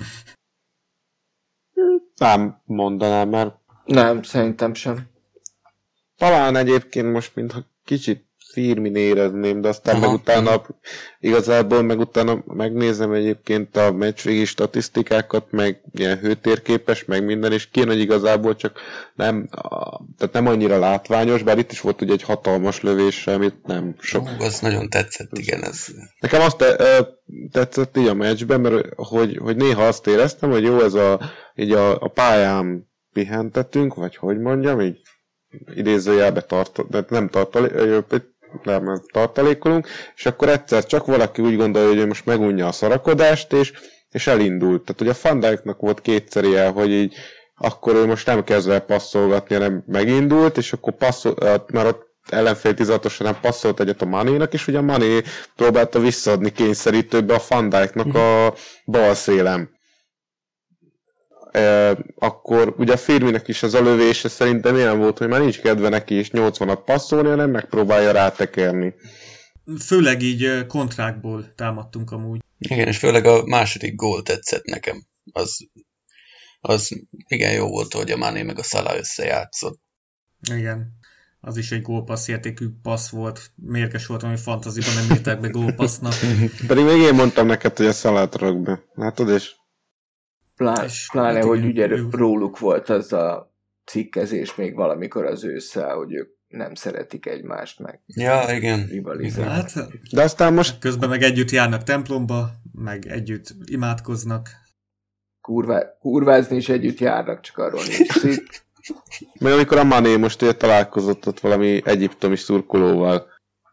Nem mondanám, mert Nem, szerintem sem. talán egyébként most mintha kicsit Firmin érezném, de aztán Aha. meg utána igazából meg utána megnézem egyébként a meccsvégi statisztikákat, meg ilyen hőtérképes, meg minden, és kijön, hogy igazából csak nem, a, tehát nem annyira látványos, bár itt is volt ugye egy hatalmas lövés, amit nem sok. Ú, az nagyon tetszett, igen, ez... Nekem azt te, tetszett így a meccsben, mert hogy, hogy néha azt éreztem, hogy jó, ez a, így a, a pályán pihentetünk, vagy hogy mondjam, így idézőjelbe tart, de nem tartalék, nem tartalékolunk, és akkor egyszer csak valaki úgy gondolja, hogy most megunja a szarakodást, és, és elindult. Tehát ugye a Van Dijknak volt kétszer ilyen, hogy így akkor ő most nem kezdve passzolgatni, hanem megindult, és akkor passzol, már ott ellenfél tizatosan nem passzolt egyet a Manénak, és ugye a Mané próbálta visszaadni kényszerítőbe a Van Dijknak a bal szélem. E, akkor ugye a Firminek is az a lövése szerintem ilyen volt, hogy már nincs kedve neki is nyolcvanat passzolni, hanem megpróbálja rátekerni. Főleg így kontrákból támadtunk amúgy. Igen, és főleg a második gól tetszett nekem. Az, az igen jó volt, hogy a Mané meg a Salah összejátszott. Igen. Az is egy gólpassz értékű passz volt. Mérges volt, ami fantaziban nem írták be gólpassznak. Pedig még én mondtam neked, hogy a Salah-t rak be. Látod, és Plá, És pláne, hát hogy igen, ugye ő- róluk volt az a cikkezés még valamikor az ősszel, hogy ők nem szeretik egymást meg Ja, igen. rivalizálni. Hát de aztán most közben meg együtt járnak templomba, meg együtt imádkoznak. Kurvá, kurvázni is együtt járnak, csak arról nincs cikk. meg amikor a Mané most ugye találkozott ott valami egyiptomi szurkolóval,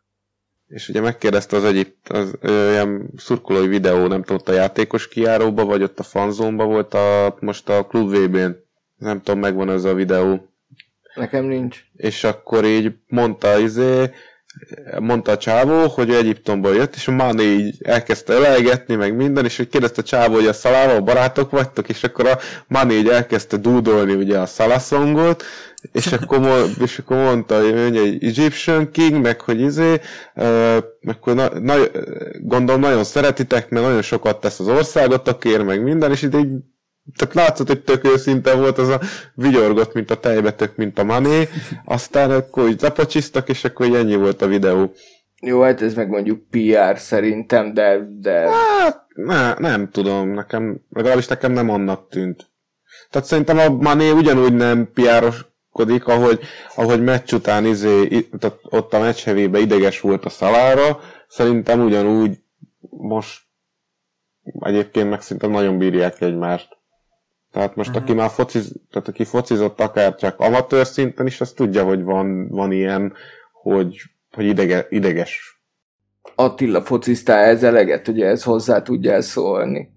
és ugye megkérdezte az egyik az ö, ilyen szurkolói videó, nem tudom, ott a játékos kijáróba, vagy ott a fanzónba volt a, most a Klub vé bén. Nem tudom, megvan ez a videó. Nekem nincs. És akkor így mondta, izé, mondta a csávó, hogy ő Egyiptomból jött, és a Mané így elkezdte ölelgetni, meg minden, és hogy kérdezte a csávó, hogy a Salával barátok vagytok, és akkor a Mané így elkezdte dúdolni ugye a Salah songot, és akkor, mo- és akkor mondta, hogy mondja, egy Egyptian King, meg hogy izé, uh, meg hogy na- na- gondolom nagyon szeretitek, mert nagyon sokat tesz az országotokért, meg minden, és így így tehát látszott, hogy tök őszinte volt az a vigyorgott, mint a tejbetök, mint a Mané, aztán akkor így lepacsisztak, és akkor így ennyi volt a videó. Jó, hát ez meg mondjuk pé er szerintem, de, de Hát, ne, nem tudom, nekem, legalábbis nekem nem annak tűnt. Tehát szerintem a Mané ugyanúgy nem pé er-oskodik, ahogy, ahogy meccs után izé, i- tehát ott a meccs hevébe ideges volt a Salahra, szerintem ugyanúgy most egyébként meg szerintem nagyon bírják egymást. Tehát most Mhm. aki már fociz, tehát aki focizott akár csak amatőr szinten is, az tudja, hogy van, van ilyen, hogy, hogy idege, ideges. Attila focisztál ez eleget, ugye ez hozzá tudjál szólni.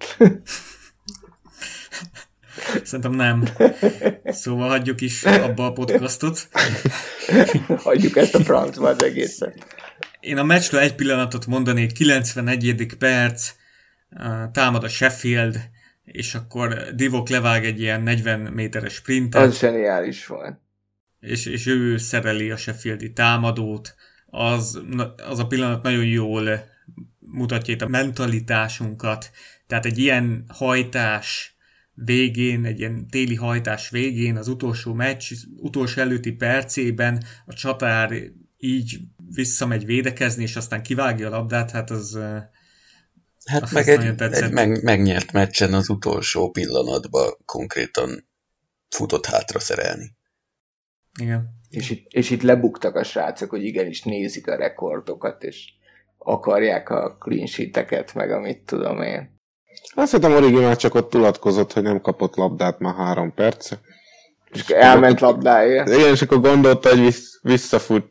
Szerintem nem. Szóval hagyjuk is abba a podcastot. Hagyjuk ezt a francba az egészet. Én a meccsről egy pillanatot mondanék, kilencvenegyedik perc, uh, támad a Sheffield, és akkor Divock levág egy ilyen negyven méteres sprintet, Az zseniális volt. és, és ő szereli a Sheffieldi támadót. Az, na- az a pillanat nagyon jól mutatja itt a mentalitásunkat. Tehát egy ilyen hajtás végén, egy ilyen téli hajtás végén, az utolsó meccs, utolsó előtti percében a csatár így visszamegy védekezni, és aztán kivágja a labdát, hát az... eh, Hát Azt meg nagyon egy, tetszett. egy meg, megnyert meccsen az utolsó pillanatban konkrétan futott hátra szerelni. Igen. És itt, és itt lebuktak a srácok, hogy igenis nézik a rekordokat, és akarják a clean sheet-eket, meg amit tudom én. Azt hiszem, Origi már csak ott tulatkozott, hogy nem kapott labdát már három perc. És elment labdáért. Igen, és akkor gondolta, hogy vissz, visszafut.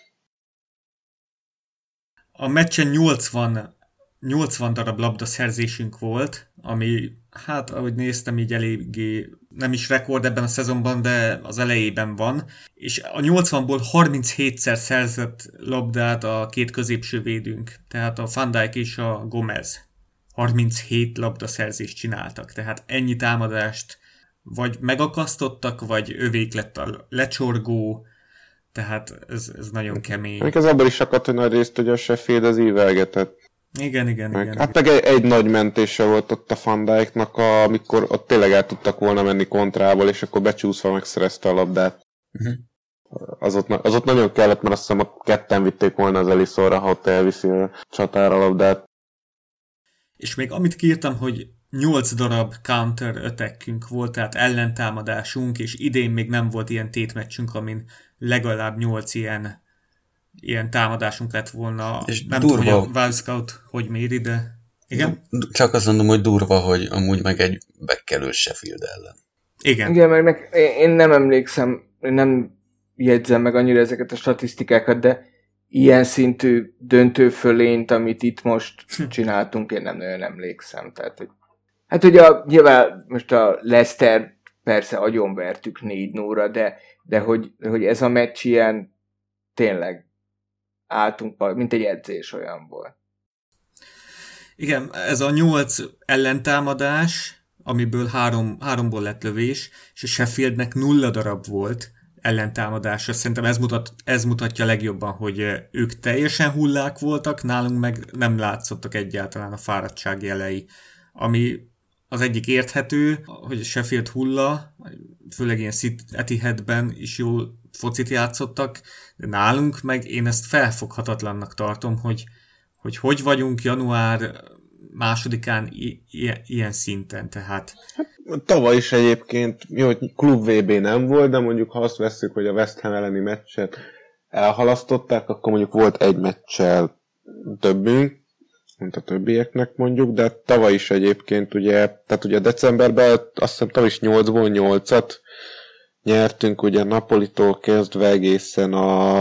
A meccsen nyolcvan, nyolcvan darab labdaszerzésünk volt, ami, hát ahogy néztem, így eléggé nem is rekord ebben a szezonban, de az elejében van. És a nyolcvanból harminchétszer szerzett labdát a két középső védünk, tehát a Van Dijk és a Gomez. harminchét labdaszerzést csináltak, tehát ennyi támadást vagy megakasztottak, vagy övék lett a lecsorgó, tehát ez, ez nagyon kemény. Még az abban is akadt, hogy nagy részt, hogy a Sheffield az ívelgetett. Igen, igen, meg, igen. Hát meg egy, egy nagy mentése volt ott a Van Dijknak, amikor ott tényleg el tudtak volna menni kontrából, és akkor becsúszva megszerezte a labdát. Uh-huh. Az, ott, az ott nagyon kellett, mert azt hiszem a ketten vitték volna az Ellisonra, ha ott elviszi a csatára a labdát. És még amit kiírtam, hogy nyolc darab counter attackünk volt, tehát ellentámadásunk, és idén még nem volt ilyen tétmeccsünk, amin legalább nyolc ilyen, ilyen támadásunk lett volna. És nem durva. tudom, hogy a Wild Scout hogy méri, de... Igen? Csak azt mondom, hogy durva, hogy amúgy meg egy bekkelős Sheffield ellen. Igen. Igen, meg nek, én nem emlékszem, nem jegyzem meg annyira ezeket a statisztikákat, de ilyen szintű döntőfölényt, amit itt most csináltunk, én nem nagyon emlékszem. Tehát, hogy, hát ugye a, nyilván most a Leicester persze agyonvertük négy nullra, de, de hogy, hogy ez a meccs ilyen tényleg álltunk, mint egy edzés olyan volt. Igen, ez a nyolc ellentámadás, amiből három, háromból lett lövés, és a Sheffieldnek nulla darab volt ellentámadása. Szerintem ez, mutat, ez mutatja legjobban, hogy ők teljesen hullák voltak, nálunk meg nem látszottak egyáltalán a fáradtság jelei. Ami az egyik érthető, hogy a Sheffield hulla, főleg ilyen Etihadben is jól focit játszottak, de nálunk meg én ezt felfoghatatlannak tartom, hogy hogy hogy vagyunk január másodikán i- i- ilyen szinten, tehát... Hát, tavaly is egyébként, jó, hogy klub vé bé nem volt, de mondjuk ha azt vesszük, hogy a West Ham elleni meccset elhalasztották, akkor mondjuk volt egy meccsel többünk, mint a többieknek mondjuk, de tavaly is egyébként ugye, tehát ugye decemberben azt hiszem tavaly is nyolcból nyolcat nyertünk, ugye Napolitól kezdve egészen a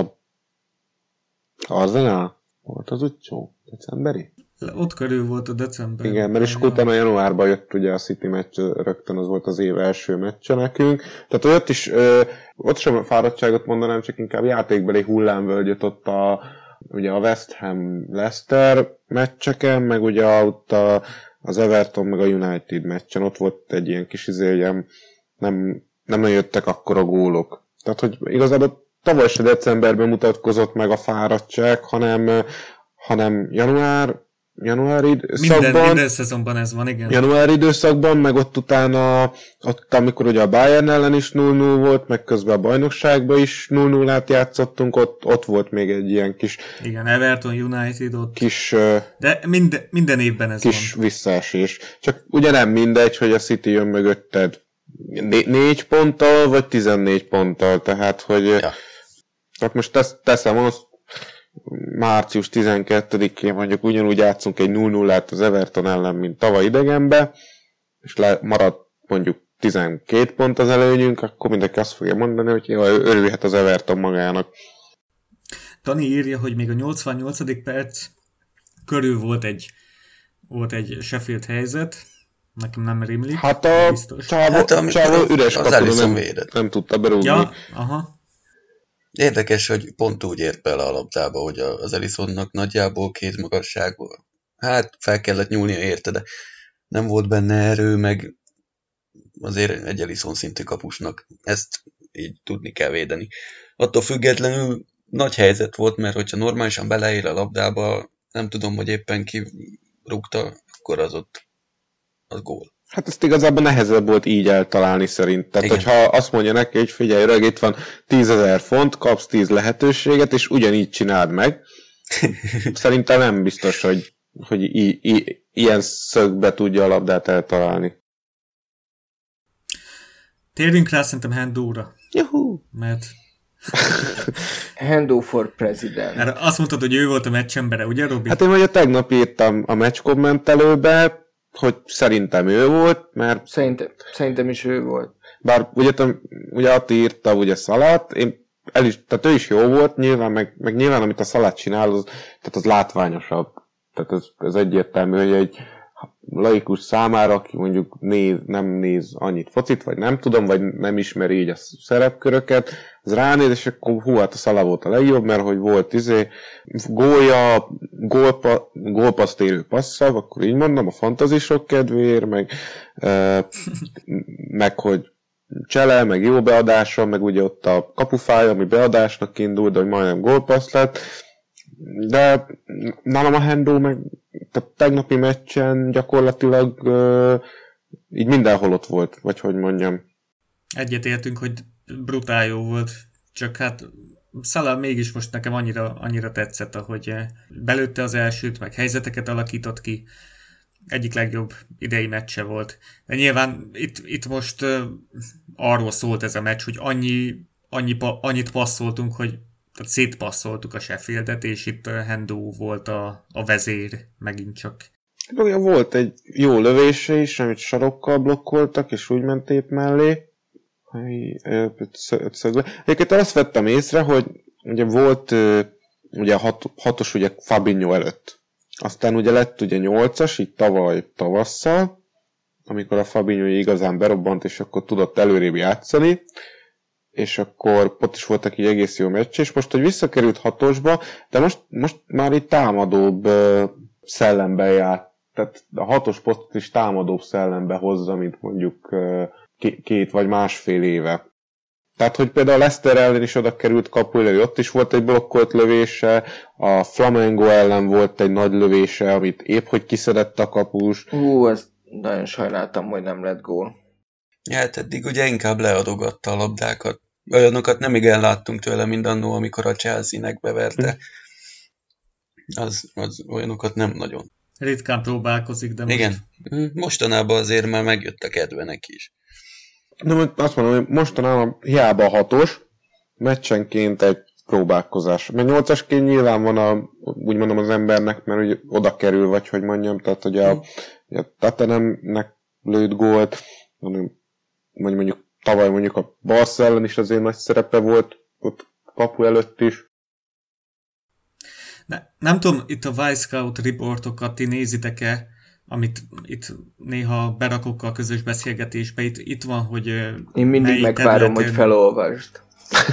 Arsenal volt az utcsó? Decemberi? Ott körül volt a december. Igen, mert is utána januárban jött ugye a City meccs, rögtön az volt az év első meccse nekünk. Tehát ott is, ö, ott sem fáradtságot mondanám, csak inkább játékbeli hullámvölgyöt ott a, ugye a West Ham Leicester meccseken, meg ugye ott a, az Everton meg a United meccsen, ott volt egy ilyen kis izé, ilyen, nem, nem jöttek akkor a gólok. Tehát, hogy igazából tavaly se decemberben mutatkozott meg a fáradtság, hanem, hanem január, januári időszakban. Minden, minden szezonban ez van, igen. Januári időszakban, meg ott utána, ott, amikor ugye a Bayern ellen is nulla nulla volt, meg közben a bajnokságban is nulla nullát játszottunk, ott, ott volt még egy ilyen kis... Igen, Everton, United ott. Kis, de minden, minden évben ez kis van. visszaesés. Csak ugye nem mindegy, hogy a City jön mögötted né- négy ponttal, vagy tizennégy ponttal, tehát, hogy... Ja. Tehát most tesz, teszem azt, március tizenkettedikén mondjuk ugyanúgy játszunk egy nulla nullát az Everton ellen, mint tavaly idegenbe, és le, marad mondjuk tizenkét pont az előnyünk, akkor mindenki azt fogja mondani, hogy jó, örülhet az Everton magának. Dani írja, hogy még a nyolcvannyolcadik perc körül volt egy, volt egy Sheffield helyzet, nekem nem rémlik. Hát a csávó, hát, csávó üres kapura nem, nem tudta berúgni. Ja, aha. Érdekes, hogy pont úgy ért bele a labdába, hogy az Ellisonnak nagyjából két magasságból. Hát fel kellett nyúlnia érte, de nem volt benne erő, meg azért egy Ellison szintű kapusnak ezt így tudni kell védeni. Attól függetlenül nagy helyzet volt, mert hogyha normálisan beleér a labdába, nem tudom, hogy éppen ki rúgta, akkor az ott az gól. Hát ezt igazából nehezebb volt így eltalálni szerint. Tehát, igen. Hogyha azt mondja neki, hogy figyelj, rög, itt van tízezer font, kapsz tíz lehetőséget, és ugyanígy csináld meg. Szerintem nem biztos, hogy, hogy i- i- ilyen szögbe tudja a labdát eltalálni. Térjünk rá szerintem Hendóra. Juhu! Mert Hendo for President. Erre azt mondtad, hogy ő volt a meccsembere, ugye, Robi? Hát én ugye tegnap írtam a meccs kommentelőbe, hogy szerintem ő volt, mert... Szerintem, szerintem is ő volt. Bár ugye, ugye Ati írta ugye Szalát, én el is, tehát ő is jó volt, nyilván, meg, meg nyilván amit a Szalát csinál, az, tehát az látványosabb. Tehát ez, ez egyértelmű, hogy egy laikus számára, aki mondjuk néz, nem néz annyit focit, vagy nem tudom, vagy nem ismeri így a szerepköröket, az ránéz, és akkor hú, hát a Szala volt a legjobb, mert hogy volt izé, gólja, gólpa, gólpaszt érő passzav, akkor így mondom, a fantazisok kedvéért, meg, e, meg hogy csele, meg jó beadása, meg ugye ott a kapufája, ami beadásnak indult, de hogy majdnem gólpassz lett. De nálam a Hendo meg a tegnapi meccsen gyakorlatilag uh, így mindenhol ott volt, vagy hogy mondjam. Egyetértünk, hogy brutál jó volt, csak hát Salah mégis most nekem annyira, annyira tetszett, ahogy belőtte az elsőt, meg helyzeteket alakított ki. Egyik legjobb idei meccse volt. De nyilván itt, itt most uh, arról szólt ez a meccs, hogy annyi, annyi, annyit passzoltunk, hogy tehát szétpasszoltuk a Sheffieldet, és itt Hendo volt a, a vezér megint csak. Ugye volt egy jó lövése is, amit sarokkal blokkoltak, és úgy ment épp mellé. Egyébként azt vettem észre, hogy ugye volt ugye hat, hatos ugye Fabinho előtt. Aztán ugye lett ugye nyolcas, így tavaly tavasszal, amikor a Fabinho igazán berobbant, és akkor tudott előrébb játszani, és akkor ott is voltak így egész jó meccs, és most, hogy visszakerült hatosba, de most, most már így támadóbb uh, szellemben járt. Tehát a hatos posztot is támadóbb szellembe hozza, mint mondjuk uh, két vagy másfél éve. Tehát, hogy például a Leicester ellen is oda került kapuelő, ott is volt egy blokkolt lövése, a Flamengo ellen volt egy nagy lövése, amit épp hogy kiszedett a kapus. Ú, ezt nagyon sajnáltam, hogy nem lett gól. Hát eddig ugye inkább leadogatta a labdákat. Olyanokat nem igen láttunk tőle, mint annó, amikor a Chelsea-nek beverte. Az, az olyanokat nem nagyon. Ritkán próbálkozik, de most... Igen, mostanában azért már megjött a kedve neki is. De azt mondom, hogy mostanában hiába a hatos, meccsenként egy próbálkozás. Mert nyolcasként nyilván van a, úgy mondom az embernek, mert úgy oda kerül, vagy hogy mondjam, tehát hogy a, a Tottenhamnek lőtt gólt, vagy mondjuk tavaly mondjuk a Barca ellen is azért nagy szerepe volt, ott kapu előtt is. Ne, nem tudom, itt a Wisecout reportokat ti nézitek-e, amit itt néha berakok a közös beszélgetésbe. Itt, itt van, hogy én mindig megvárom, területen... hogy felolvasd.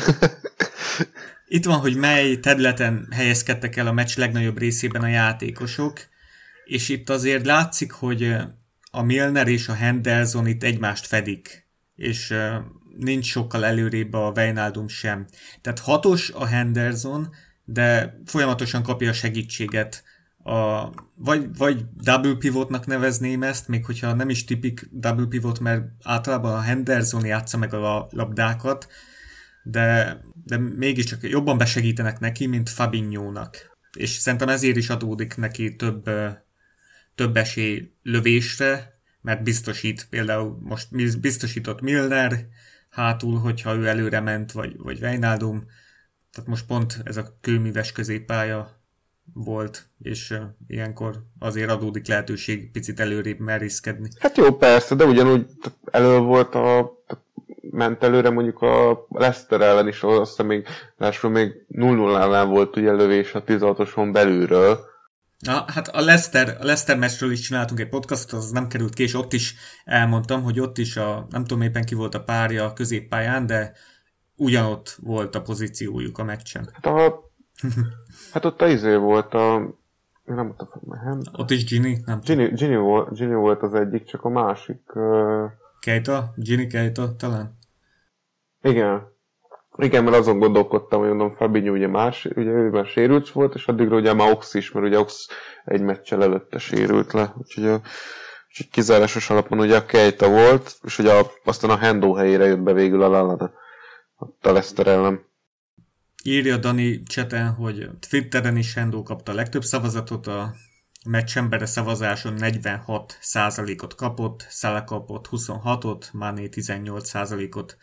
Itt van, hogy mely területen helyezkedtek el a meccs legnagyobb részében a játékosok, és itt azért látszik, hogy a Milner és a Henderson itt egymást fedik, és nincs sokkal előrébb a Wijnaldum sem. Tehát hatos a Henderson, de folyamatosan kapja a segítséget. A, vagy, vagy double pivotnak nevezném ezt, még hogyha nem is tipik double pivot, mert általában a Henderson játsza meg a labdákat, de, de mégiscsak jobban besegítenek neki, mint Fabinho-nak. És szerintem ezért is adódik neki több, több esély lövésre, mert biztosít, például most biztosított Milner hátul, hogyha ő előre ment, vagy, vagy Wijnaldum. Tehát most pont ez a kőműves középpálya volt, és uh, ilyenkor azért adódik lehetőség picit előrébb merészkedni. Hát jó, persze, de ugyanúgy elő volt a ment előre mondjuk a Leicester ellen is, azt hiszem még, lássuk, még nulla nullánál volt ugye lövés a tizenhatoson belülről. Na, hát a Leicester, a Leicester meccsről is csináltunk egy podcastot, az nem került ki, és ott is elmondtam, hogy ott is a, nem tudom éppen ki volt a párja a középpályán, de ugyanott volt a pozíciójuk a meccsen. Hát, a, hát ott a izé volt a... Nem tudom, ott is Gini? Nem Gini, Gini, volt, Gini volt az egyik, csak a másik... Uh... Keita? Gini Keita talán? Igen. Igen, mert azon gondolkodtam, hogy mondom, Fabinho ugye más, ugye ő már sérült volt, és addigra ugye már Ox is, mert ugye Ox egy meccsel előtte sérült le, úgyhogy, a, úgyhogy kizárásos alapon ugye a Keita volt, és ugye a, aztán a Hendo helyére jött be végül a Lallana, a Leicester ellen. Írja Dani chaten, hogy Twitteren is Hendo kapta a legtöbb szavazatot, a meccsembere szavazáson negyvenhat százalékot kapott, Salah kapott huszonhatot, Mané tizennyolc százalékot,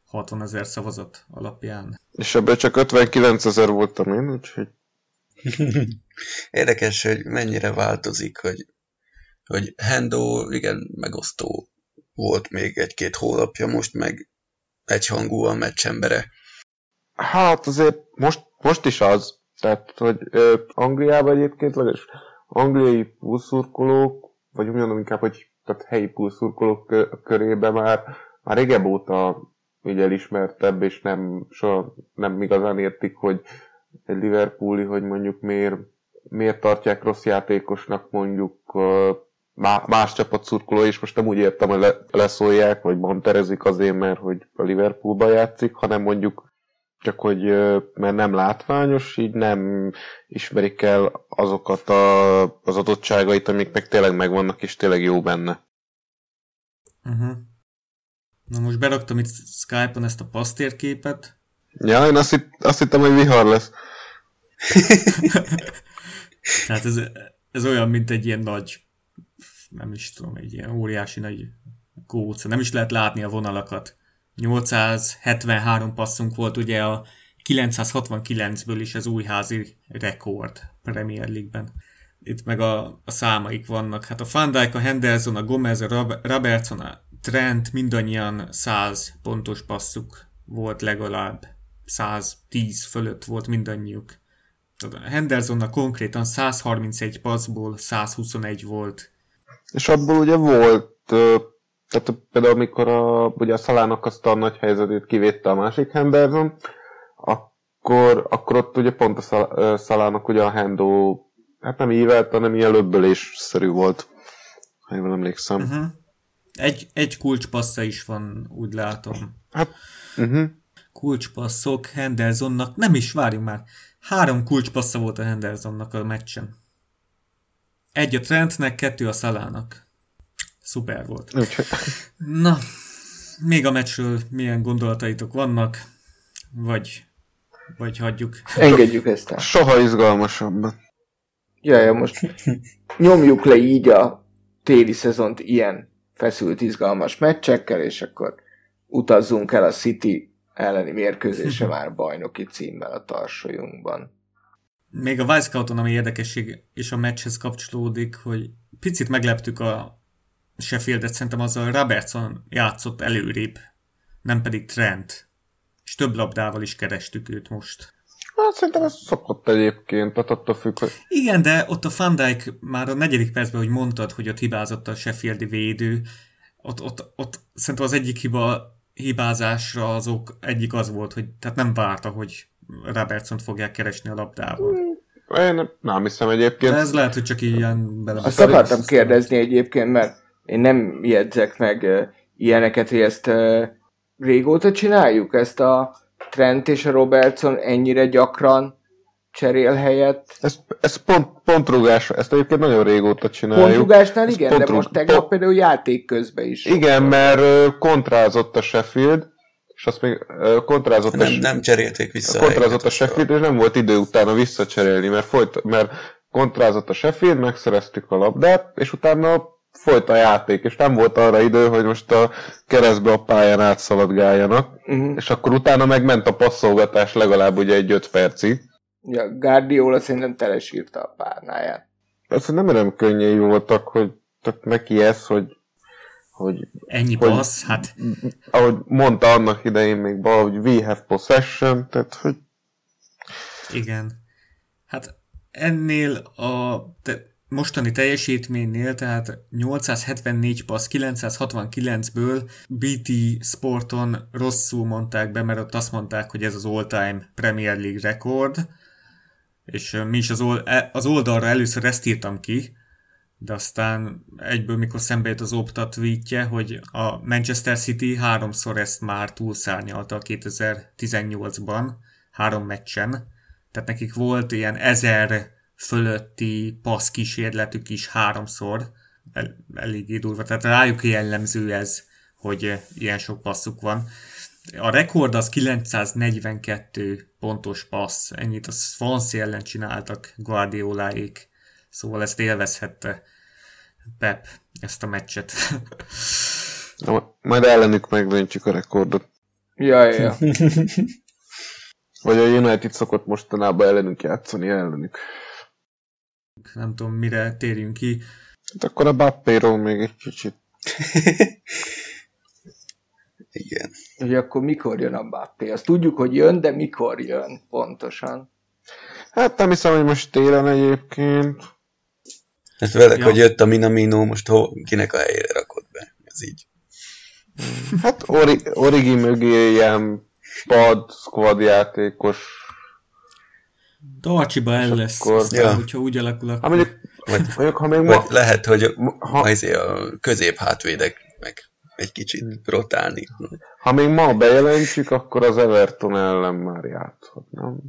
hatvanezer szavazat alapján. És ebből csak ötvenkilencezer voltam én, úgyhogy... Érdekes, hogy mennyire változik, hogy, hogy Hendo, igen, megosztó volt még egy-két hónapja, most meg egyhangúan meccsembere. Hát azért most, most is az. Tehát, hogy ö, Angliában egyébként, vagy angliai pulszurkolók, vagy úgy mondom inkább, hogy tehát helyi pulszurkolók körében már, már régebb óta így elismertebb, és nem, soha nem igazán értik, hogy egy Liverpooli, hogy mondjuk miért, miért tartják rossz játékosnak mondjuk uh, más csapat szurkoló, és most nem úgy értem, hogy le, leszólják, vagy banterezik azért, mert hogy a Liverpoolban játszik, hanem mondjuk csak hogy uh, mert nem látványos, így nem ismerik el azokat a, az adottságait, amik meg tényleg megvannak, és tényleg jó benne. Uh-huh. Na most beraktam itt Skype-on ezt a passztérképet. Ja, én azt, hitt, azt hittem, hogy vihar lesz. Tehát ez, ez olyan, mint egy ilyen nagy, nem is tudom, egy ilyen óriási nagy kóca. Nem is lehet látni a vonalakat. nyolcszázhetvenhárom passzunk volt ugye a kilencszázhatvankilencből is az újházi rekord Premier League-ben. Itt meg a, a számaik vannak. Hát a Van Dijk, a Henderson, a Gomez, a Robertson, a Trent mindannyian száz pontos passzuk volt legalább. száztíz fölött volt mindannyiuk. A Hendersonnak konkrétan százharmincegy passzból százhuszonegy volt. És abból ugye volt, tehát például amikor a, ugye a Salának azt a nagy helyzetét kivédte a másik Henderson, akkor, akkor ott ugye pont a Salának ugye a Hendo, hát nem ívelt, hanem ilyen löbbölésszerű volt, ha jól emlékszem. Uh-huh. Egy, egy kulcspassza is van, úgy látom. Hát, uh-huh. Kulcspasszok Hendersonnak, nem is, várjunk már, három kulcspassza volt a Hendersonnak a meccsen. Egy a Trentnek, kettő a Salának. Szuper volt. Úgyhogy. Na, még a meccsről milyen gondolataitok vannak, vagy, vagy hagyjuk? Engedjük ezt el. Soha izgalmasabb. Jaj, most nyomjuk le így a téli szezont ilyen feszült, izgalmas meccsekkel, és akkor utazzunk el a City elleni mérkőzése már bajnoki címmel a tarsolyunkban. Még a Wisecout-on, ami érdekesség és a meccshez kapcsolódik, hogy picit megleptük a Sheffieldet, szerintem azzal Robertson játszott előrébb, nem pedig Trent. És több labdával is kerestük őt most. Hát szerintem ez szokott egyébként, tehát attól függ, hogy... Igen, de ott a Van Dijk már a negyedik percben, hogy mondtad, hogy ott hibázott a Sheffieldi védő, ott, ott, ott szerintem az egyik hiba, hibázásra azok egyik az volt, hogy tehát nem várta, hogy Robertsont fogják keresni a labdával. Én nem hiszem egyébként. De ez lehet, hogy csak ilyen bele... Azt akartam kérdezni egyébként, mert én nem jegyzek meg uh, ilyeneket, hogy ezt uh, régóta csináljuk, ezt a Trent és a Robertson ennyire gyakran cserél helyet. Ez, ez pont, pontrugás, ezt egyébként nagyon régóta csináljuk. Pontrugásnál igen, pontrug... de most tegnap pont... például játék közben is. Igen, mert uh, kontrázott a Sheffield, és azt még uh, kontrázott nem, a... Nem cserélték vissza. Kontrázott a Sheffield, és nem volt idő utána visszacserélni, mert, folyt, mert kontrázott a Sheffield, megszereztük a labdát, és utána folyt a játék, és nem volt arra idő, hogy most a keresztbe a pályán átszaladgáljanak, uh-huh. és akkor utána megment a passzolgatás legalább ugye egy öt percig. Ja, Guardiola szerintem telesírta a párnáját. Persze nem olyan könnyű voltak, hogy tehát neki ez, hogy, hogy ennyi hogy, passz, hát... Ahogy mondta annak idején még Bal, hogy we have possession, tehát hogy... Igen. Hát ennél a te, mostani teljesítménynél, tehát nyolcszázhetvennégy passz kilencszázhatvankilencből bé té Sporton rosszul mondták be, mert ott azt mondták, hogy ez az all-time Premier League rekord, és mi is az, old, az oldalra először ezt írtam ki, de aztán egyből, mikor szembe jött az Opta tweetje, hogy a Manchester City háromszor ezt már túlszárnyalta kétezer-tizennyolcban, három meccsen, tehát nekik volt ilyen ezer fölötti passz kísérletük is háromszor, el, eléggé durva, tehát rájuk jellemző ez, hogy ilyen sok passzuk van. A rekord az kilencszáznegyvenkettő pontos passz, ennyit a Swansea ellen csináltak Guardioláék, szóval ezt élvezhette Pep, ezt a meccset. Na, majd ellenük megdöntjük a rekordot. Ja, ja, ja. Vagy a United szokott mostanában ellenünk játszani ellenük. Nem tudom, mire térjünk ki. Hát akkor a Bappéról még egy kicsit. Igen. Hogy akkor mikor jön a Mbappé? Azt tudjuk, hogy jön, de mikor jön pontosan? Hát nem hiszem, hogy most télen egyébként. Hát velek, Ja. hogy jött a Minamino, most ho, kinek a helyére rakod be? Ez így. Hát Ori, Origi mögé ilyen pad, squad játékos. Darcsiba el És lesz, akkor- aztán, Ja. hogyha úgy alakul, Hát akkor... mondjuk, Vagy, mondjuk ha még ma... vagy lehet, hogy a, ha- azért a közép hátvédek meg egy kicsit rotálni. Ha még ma bejelentjük, akkor az Everton ellen már játszhat, nem?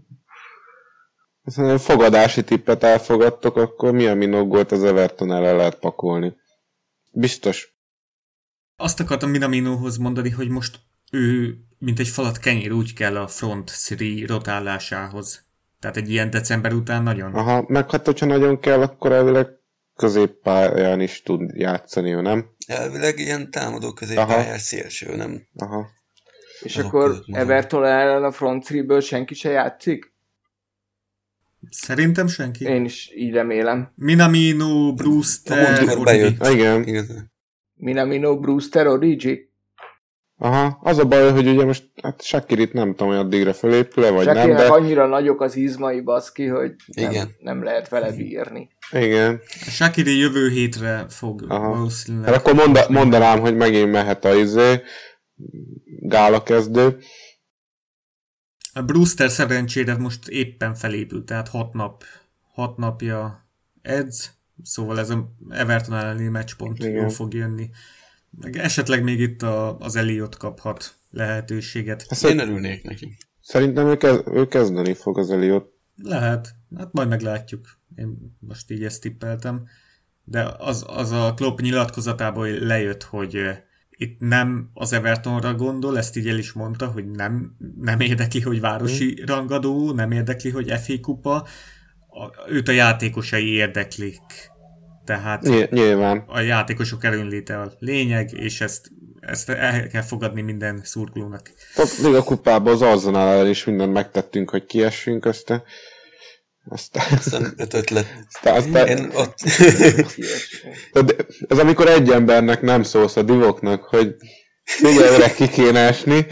Hiszen fogadási tippet elfogadtok, akkor mi a minoggolt az Everton ellen lehet pakolni. Biztos. Azt akartam Minaminohoz mondani, hogy most ő, mint egy falat kenyér, úgy kell a front három rotálásához. Tehát egy ilyen december után nagyon. Aha, meg hát hogyha nagyon kell, akkor elvileg középpályán is tud játszani, ő, nem? Elvileg ilyen támadó középpályás szélső, nem? Aha. És Azok akkor között mozog. Everton ellen a front three-ből senki se játszik? Szerintem senki. Én is így remélem. Minamino, Brewster, Múltkor Origi. bejött. Igen. Igazán. Minamino, Brewster, Origi? Aha. Az a baj, hogy ugye most hát Shakirit nem tudom, hogy addigra fölépül-e, vagy nem, Shakinek de... annyira nagyok az izmai baszki, hogy nem, Igen. nem lehet vele bírni. Igen. Shaqiri jövő hétre fog Aha. valószínűleg. Hát akkor monda, mondanám, hogy megint mehet a izé, gála kezdő. A Brewster szerencsére most éppen felépült, tehát hat nap, hat napja edz, szóval ez a Everton elleni meccspont Igen. jól fog jönni. Meg esetleg még itt a, az Elliot kaphat lehetőséget. Ezt Én örülnék neki. Szerintem ő, kez, ő kezdeni fog az Eliot. Lehet, hát majd meglátjuk. Én most így ezt tippeltem. De az, az a Klopp nyilatkozatából lejött, hogy eh, itt nem az Evertonra gondol, ezt így el is mondta, hogy nem, nem érdekli, hogy városi rangadó, nem érdekli, hogy ef á kupa, a, őt a játékosai érdeklik. Tehát Ny- nyilván. a játékosok erőnléte a lényeg, és ezt, ezt el kell fogadni minden szurkolónak. Ott még a kupában az Arsenal ellen is mindent megtettünk, hogy kiessünk, aztán... Aztán... Aztán ötöt lett. aztán, aztán Én ott... de ez amikor egy embernek nem szólsz a divoknak, hogy figyelj, öreg, ki kéne esni.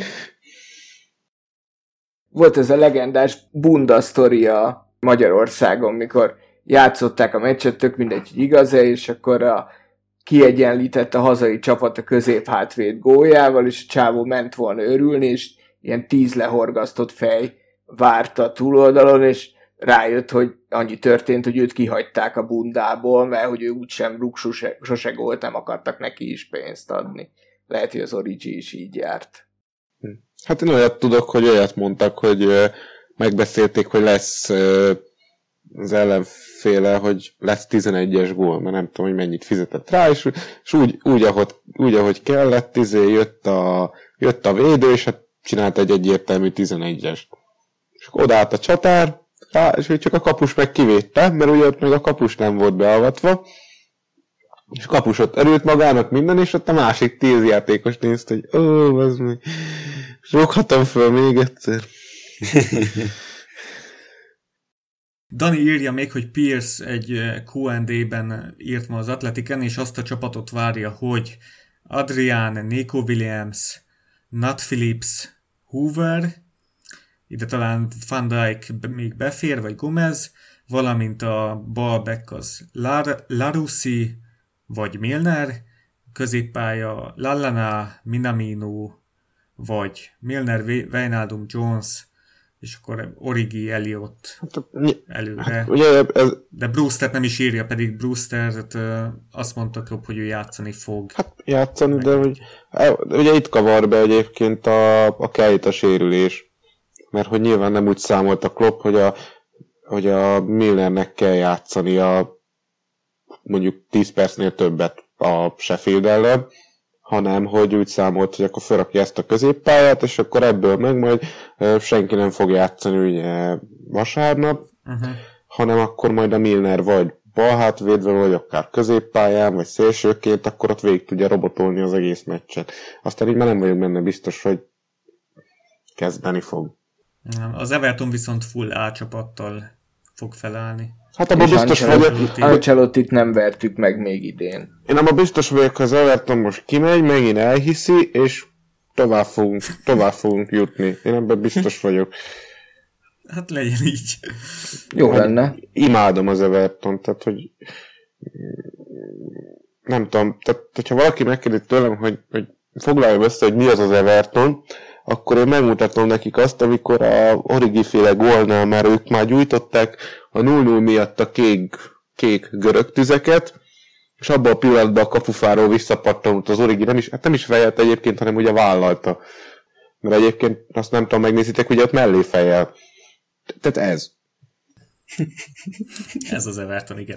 Volt ez a legendás Bunda sztoria Magyarországon, mikor játszották a meccset, tök mindegy, hogy igaz-e, és akkor a kiegyenlített a hazai csapat a középhátvéd góljával, és a csávó ment volna örülni, és ilyen tíz lehorgasztott fej várta a túloldalon, és rájött, hogy annyi történt, hogy őt kihagyták a bundából, mert hogy ő úgysem rúg, sose, sose gólt, nem akartak neki is pénzt adni. Lehet, hogy az Origi is így járt. Hát én olyat tudok, hogy olyat mondtak, hogy ö, megbeszélték, hogy lesz ö, az ellenféle, hogy lesz tizenegyes gól, mert nem tudom, hogy mennyit fizetett rá, és, és úgy, úgy, ahogy, úgy, ahogy kellett, izé, jött, a, jött a védő, és hát csinált egy egyértelmű tizenegyest. És akkor odaállt a csatár, rá, és ő csak a kapus meg kivédte, mert ugye ott meg a kapus nem volt beavatva, és a kapus ott örült magának minden, és ott a másik tíz játékos nézte, hogy ó, az meg, rúghatom föl még egyszer. Dani írja még, hogy Pierce egy kú end á-ben írt ma az Atletiken, és azt a csapatot várja, hogy Adrian, Nico Williams, Nat Phillips, Hoover, ide talán Van Dijk még befér, vagy Gomez, valamint a balback az Lar- Larusi, vagy Milner, középpálya Lallana, Minamino, vagy Milner, Wijnaldum, Jones, és akkor Origi, Elliot Hát, ny- előre. hát, ugye ez, De Brewster nem is írja, pedig Brewster azt mondta Klopp, hogy ő játszani fog. hát játszani, de hogy, e, ugye itt kavar be egyébként a, a Keita sérülés, mert hogy nyilván nem úgy számolt a Klopp, hogy a, hogy a Milnernek kell játszani a mondjuk tíz percnél többet a Sheffield ellen, hanem hogy úgy számolt, hogy akkor felrakja ezt a középpályát, és akkor ebből meg majd ö, senki nem fog játszani ugye vasárnap, Uh-huh. hanem akkor majd a Milner vagy balhátvédve, vagy akár középpályán, vagy szélsőként, akkor ott végig tudja robotolni az egész meccset. Aztán így már nem vagyok benne biztos, hogy kezdeni fog. Az Everton viszont full A csapattal fog felállni. Hát abban biztos vagyok. Ancelottit nem vertük meg még idén. Én abban biztos vagyok, hogy az Everton most kimegy, megint elhiszi, és tovább fogunk, tovább fogunk jutni. Én ebben biztos vagyok. Hát legyen így. Jó lenne. Imádom az Everton, tehát hogy nem tudom, tehát hogyha valaki megkérdezi tőlem, hogy, hogy foglaljam össze, hogy mi az az Everton, akkor én megmutatom nekik azt, amikor a Origi-féle gólnál már ők már gyújtották a null null miatt a kék, kék görög tüzeket, és abban a pillanatban a kapufáról visszapattanult az Origi, nem is, hát nem is fejelt egyébként, hanem ugye vállalta. Mert egyébként azt nem tudom, megnézitek, hogy ott mellé fejel. Tehát ez. Ez az Everton, igen.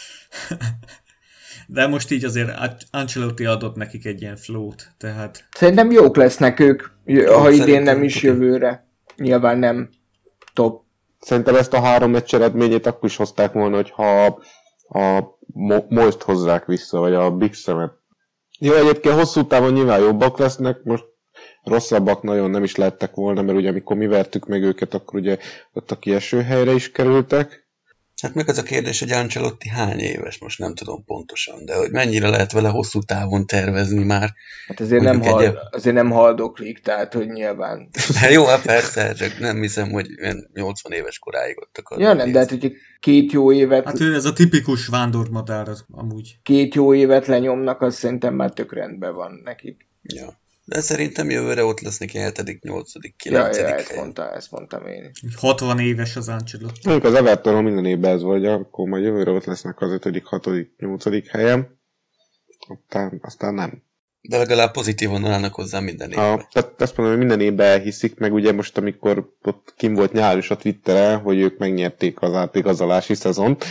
De most így azért Ancelotti adott nekik egy ilyen flow-t, tehát... Szerintem jók lesznek ők, ha idén nem is jövőre. Nyilván nem top. Szerintem ezt a három meccs eredményét akkor is hozták volna, hogyha a Most hozzák vissza, vagy a Big Semet. Jó, egyébként hosszú távon nyilván jobbak lesznek, most rosszabbak nagyon nem is lettek volna, mert ugye amikor mi vertük meg őket, akkor ugye ott a kieső helyre is kerültek. Hát meg az a kérdés, hogy Ancelotti hány éves, most nem tudom pontosan, de hogy mennyire lehet vele hosszú távon tervezni már. Hát azért, nem, hal, egy... azért nem haldoklik, tehát hogy nyilván... Hát jó, hát persze, csak nem hiszem, hogy nyolcvan éves koráig ott akar. Ja nem, de hát hogyha két jó évet... Hát ő ez a tipikus vándormadár az amúgy. Két jó évet lenyomnak, az szerintem már tök rendben van nekik. Ja. De szerintem jövőre ott lesz neki hetedik, nyolcadik, kilencedik ja, ja, ezt, mondta, ezt mondtam én. hatvan éves az Ancelotti. Mondjuk az Everton minden évben ez vagy, akkor majd jövőre ott lesznek az ötödik, hatodik, nyolcadik helyem. Aztán, aztán nem. De legalább pozitívan állnak hozzá minden évben. A, tehát azt mondom, hogy minden évben elhiszik, meg ugye most, amikor ott kim volt nyár is a Twitteren, hogy ők megnyerték az átigazolási szezont.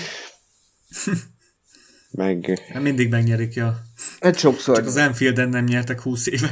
Meg... Mindig megnyerik, ja. Egy sokszor. Csak az Anfielden nem nyertek húsz éve.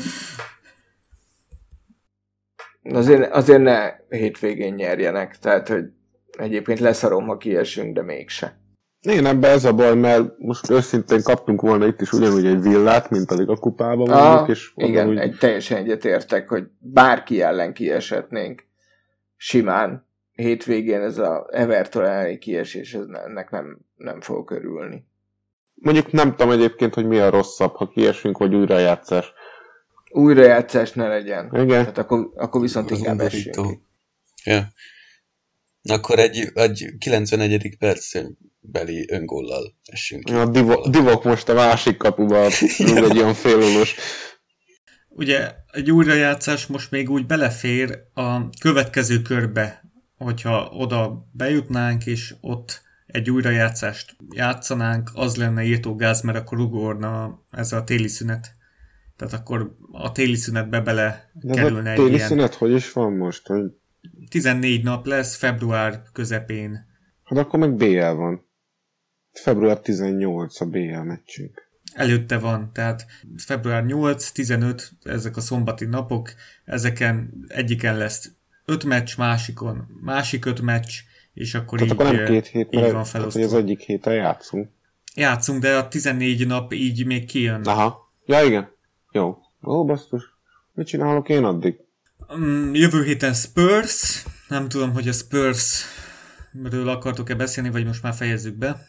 Azért, azért ne hétvégén nyerjenek, tehát, hogy egyébként leszarom, ha kiesünk, de mégse. Én ebben ez a baj, mert most őszintén kaptunk volna itt is ugyanúgy egy villát, mint a Liga kupában mondjuk, és igen, úgy... egy teljesen egyetértek, hogy bárki ellen kiesetnénk simán. Hétvégén ez a Everton elleni kiesés, ez ennek nem, nem fogok örülni. Mondjuk nem tudom egyébként, hogy mi a rosszabb, ha kiesünk, vagy újrajátszás. Újrajátszás ne legyen. Igen. Tehát akkor, akkor viszont az inkább essünk ki. Ja. Akkor egy, egy kilencvenegyedik percbeli öngóllal essünk ki. A divok, divok most a másik kapuba rúg egy olyan félolos. Ugye egy újrajátszás most még úgy belefér a következő körbe, hogyha oda bejutnánk, és ott egy újrajátszást játszanánk, az lenne írtógáz, mert akkor ugorna ez a téli szünet. Tehát akkor a téli szünetbe bele de kerülne egy egy téli ilyen... szünet hogy is van most? Hogy... tizennégy nap lesz, február közepén. Hát akkor meg bé el van. február tizennyolc a bé el meccsünk. Előtte van, tehát február nyolc, tizenöt, ezek a szombati napok, ezeken egyiken lesz öt meccs, másikon másik öt meccs, és akkor tehát így, akkor nem két hét, így mert van tehát, hogy felosztva. az egyik héten játszunk. Játszunk, de a tizennégy nap így még kijön. Aha. Ja, igen. Jó. Ó, basztus. Mit csinálok én addig? Um, jövő héten Spurs. Nem tudom, hogy a Spursről akartok-e beszélni, vagy most már fejezzük be.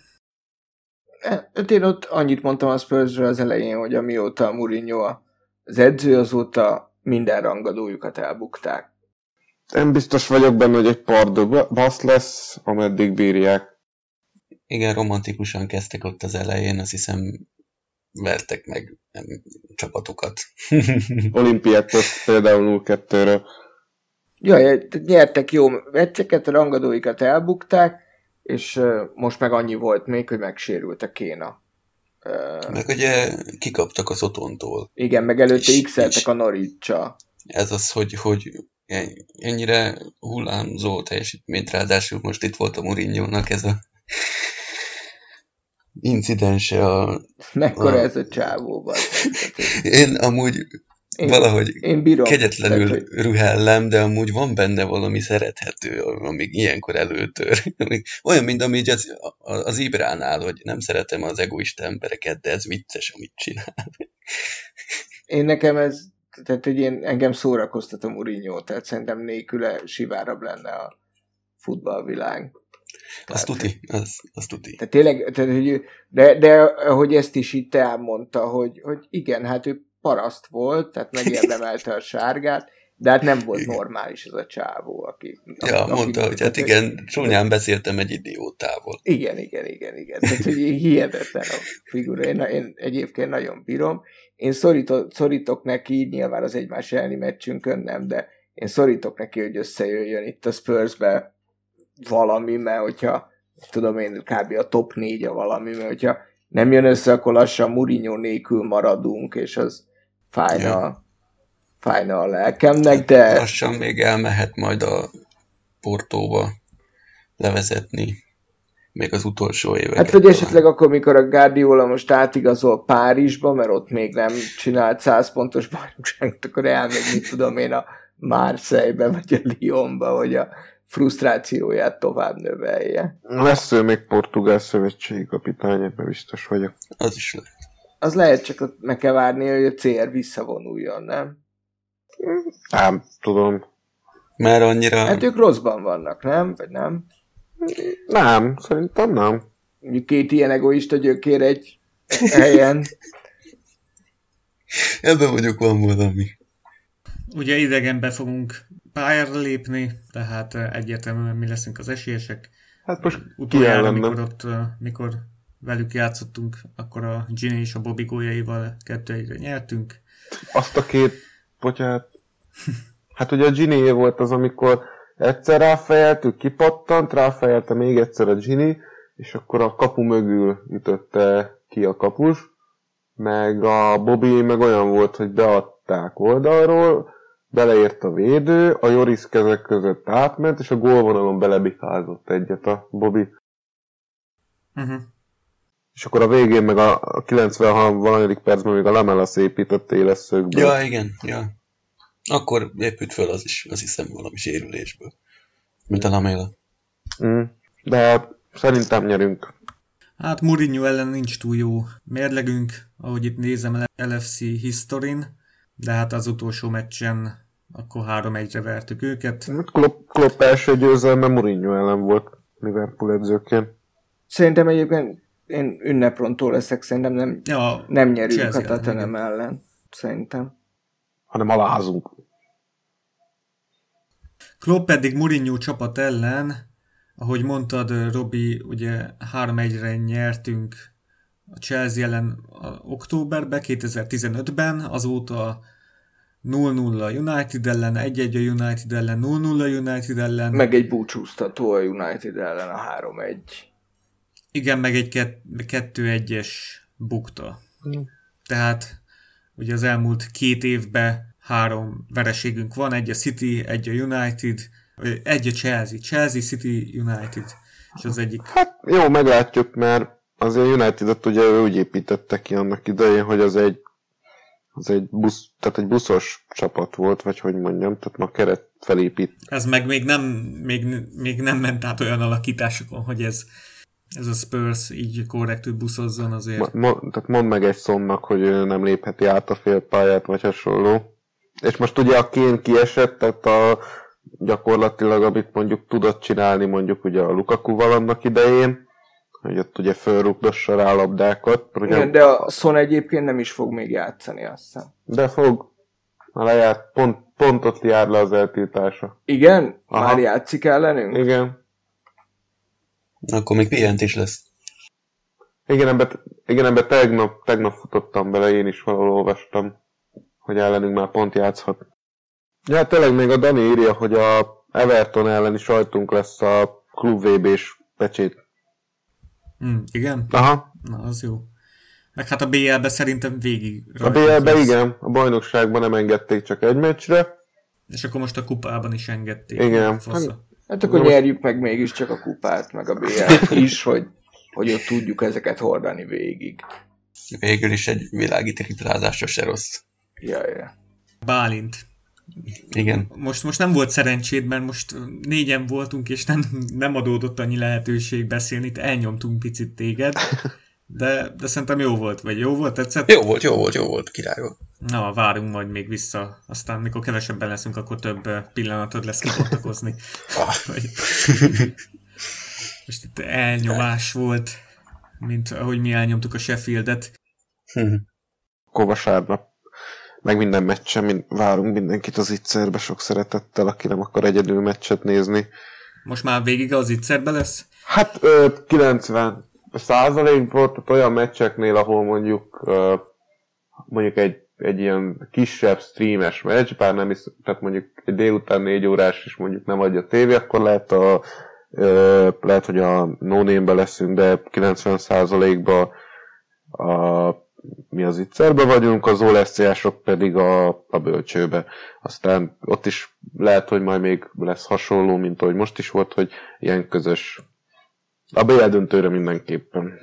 Hát én ott annyit mondtam a Spursről az elején, hogy amióta Mourinho az edző, azóta minden rangadójukat elbukták. Én biztos vagyok benne, hogy egy pardó basz lesz, ameddig bírják. Igen, romantikusan kezdtek ott az elején, azt hiszem vertek meg nem, csapatokat. Olimpiákhoz például nulla kettőről. Jaj, nyertek jó meccseket, a rangadóikat elbukták, és uh, most meg annyi volt még, hogy megsérült a Kéna. Uh, meg ugye kikaptak az Otontól. Igen, meg előtte x-eltek a Norwich-sal. Ez az, hogy, hogy ennyire hullámzó teljesítményt, ráadásul most itt volt a Mourinho-nak ez a incidense a... Mekkora a... ez a csávóban. Én amúgy én, valahogy én bírom, kegyetlenül tehát, hogy... rühellem, de amúgy van benne valami szerethető, amíg ilyenkor előtör. Olyan, mint amíg az, az Ibránál, hogy nem szeretem az egoista embereket, de ez vicces, amit csinál. Én nekem ez tehát hogy én, engem szórakoztat a Mourinho, tehát szerintem nélküle sivárabb lenne a futballvilág. Azt tuti, az, az tuti. Tehát tényleg, tehát, hogy, de, de hogy ezt is itt elmondta, hogy, hogy igen, hát ő paraszt volt, tehát megérdemelte a sárgát, de hát nem volt igen. normális az a csávó, aki... Ja, aki, mondta, aki, hogy hát igen, csúnyán beszéltem egy idiótával. Igen, igen, igen, igen. Tehát, hogy hihetetlen a figura. Én, én egyébként nagyon bírom. Én szorítok, szorítok neki, nyilván az egymás elleni meccsünkön nem, de én szorítok neki, hogy összejöjjön itt a Spursbe valami, mert hogyha tudom én, kb. A top négy a valami, mert hogyha nem jön össze, akkor lassan Mourinho nélkül maradunk, és az fájna, ja. fájna a lelkemnek, de... Lassan még elmehet majd a Portóba levezetni, még az utolsó éveket. Hát vagy esetleg akkor, mikor a Guardiola most átigazol Párizsba, mert ott még nem csinált száz pontos bajnokságot, akkor elmegy, mit tudom én, a Marseille-be, vagy a Lyonba, hogy a frusztrációját tovább növelje. Lesz ő még portugál szövetségi kapitány, ebben biztos vagyok. Az is lehet. Az lehet, csak ott meg kell várni, hogy a cé er visszavonuljon, nem? Nem, tudom. Már annyira... Hát ők rosszban vannak, nem? Vagy nem? Nem, szerintem nem. Mondjuk két ilyen egoista gyökér egy helyen. Ebben mondjuk van valami. Ugye idegenbe fogunk pályára lépni, tehát egyértelműen mi leszünk az esélyesek. Hát most utoljára, mikor ott, mikor velük játszottunk, akkor a Ginny és a Bobby góljaival kettő egyre nyertünk. Azt a két, bocsánat. Hát ugye a Ginny volt az, amikor egyszer ráfejeltük, kipattant, ráfejelte még egyszer a Ginny, és akkor a kapu mögül ütötte ki a kapus, meg a Bobby meg olyan volt, hogy beadták oldalról, beleért a védő, a Joris kezek között átment, és a gólvonalon belebikázott egyet a Bobby. Uh-huh. És akkor a végén meg a kilencven-valadik percben még a Lamela szépített éles szögből. Ja, igen, ja. Akkor épült föl az is, az hiszem valami sérülésből. Mint a Lamela. Mm. De hát szerintem nyerünk. Hát Mourinho ellen nincs túl jó mérlegünk, ahogy itt nézem el ef cé Historin, de hát az utolsó meccsen akkor három egyre vertük őket. Klopp, Klopp első győzelme Mourinho ellen volt Liverpool edzőként. Szerintem egyébként én ünneprontól leszek, szerintem nem, ja, nem nyerünk a Tottenham ellen. Szerintem. Hanem alázunk. Klopp pedig Mourinho csapat ellen, ahogy mondtad, Robi, ugye három egyre nyertünk a Chelsea ellen a októberben, kétezer-tizenötben, azóta nulla nulla United ellen, egy egy a United ellen, nulla nulla United ellen. Meg egy búcsúztató a United ellen a három egy. Igen, meg egy kettő egyes bukta. Mm. Tehát ugye az elmúlt két évben három vereségünk van, egy a City, egy a United, egy a Chelsea, Chelsea, City, United. És az egyik... Hát jó, meglátjuk, mert azért United-et ugye ő úgy építette ki annak idején, hogy az egy az egy busz, tehát egy buszos csapat volt, vagy hogy mondjam, tehát ma keret felépít. Ez meg még nem, még, még nem ment át olyan alakításokon, hogy ez, ez a Spurs így korrektül buszozzon azért. Ma, ma, tehát mondd meg egy Sonnak, hogy ő nem lépheti át a félpályát, vagy hasonló. És most ugye a Kane kiesett, tehát a, gyakorlatilag amit mondjuk tudott csinálni mondjuk ugye a Lukakuval annak idején, hogy ott ugye fölrugdossa rá labdákat. Igen, de a Son egyébként nem is fog még játszani, azt hiszem. De fog. Már lejárt, pont, pont ott jár le az eltiltása. Igen? Aha. Már játszik ellenünk? Igen. Akkor még pihentés lesz. Igen, ebbe, igen, ebbe tegnap, tegnap futottam bele, én is valahol olvastam, hogy ellenünk már pont játszhat. Ja, hát tényleg még a Dani írja, hogy a Everton elleni sajtunk lesz a klub vé bés pecsét. Mm, igen? Aha. Na, az jó. Meg hát a bé el-be szerintem végig A bé el-be igen, a bajnokságban nem engedték csak egy meccsre. És akkor most a kupában is engedték. Igen. Hát akkor most... nyerjük meg mégiscsak a kupát, meg a bé el-t is, hogy, hogy ott tudjuk ezeket hordani végig. Végül is egy világi triplázásra se rossz. Jaj, jaj. Bálint. Igen. Most, most nem volt szerencséd, mert most négyen voltunk, és nem, nem adódott annyi lehetőség beszélni, itt elnyomtunk picit téged, de, de szerintem jó volt, vagy jó volt, tetszett? Jó volt, jó volt, jó volt, király volt. Na, várunk majd még vissza. Aztán, mikor kevesebben leszünk, akkor több pillanatod lesz kibontakozni. Most itt elnyomás volt, mint ahogy mi elnyomtuk a Sheffieldet. Akkor vasárnap, meg minden meccsen mind, várunk mindenkit az Itzerbe sok szeretettel, aki nem akar egyedül meccset nézni. Most már végig az Itzerbe lesz? Hát ö, kilencven százalék volt, tehát olyan meccseknél, ahol mondjuk ö, mondjuk egy, egy ilyen kisebb streames meccs, bár nem is, tehát mondjuk egy délután négy órás is mondjuk nem adja a tévé, akkor lehet, a, ö, lehet hogy a No Name-be leszünk, de kilencven százalékban a, mi az Itzerbe vagyunk, az o el es cé-ások pedig a, a Bölcsőbe. Aztán ott is lehet, hogy majd még lesz hasonló, mint ahogy most is volt, hogy ilyen közös. A bé el döntőre mindenképpen.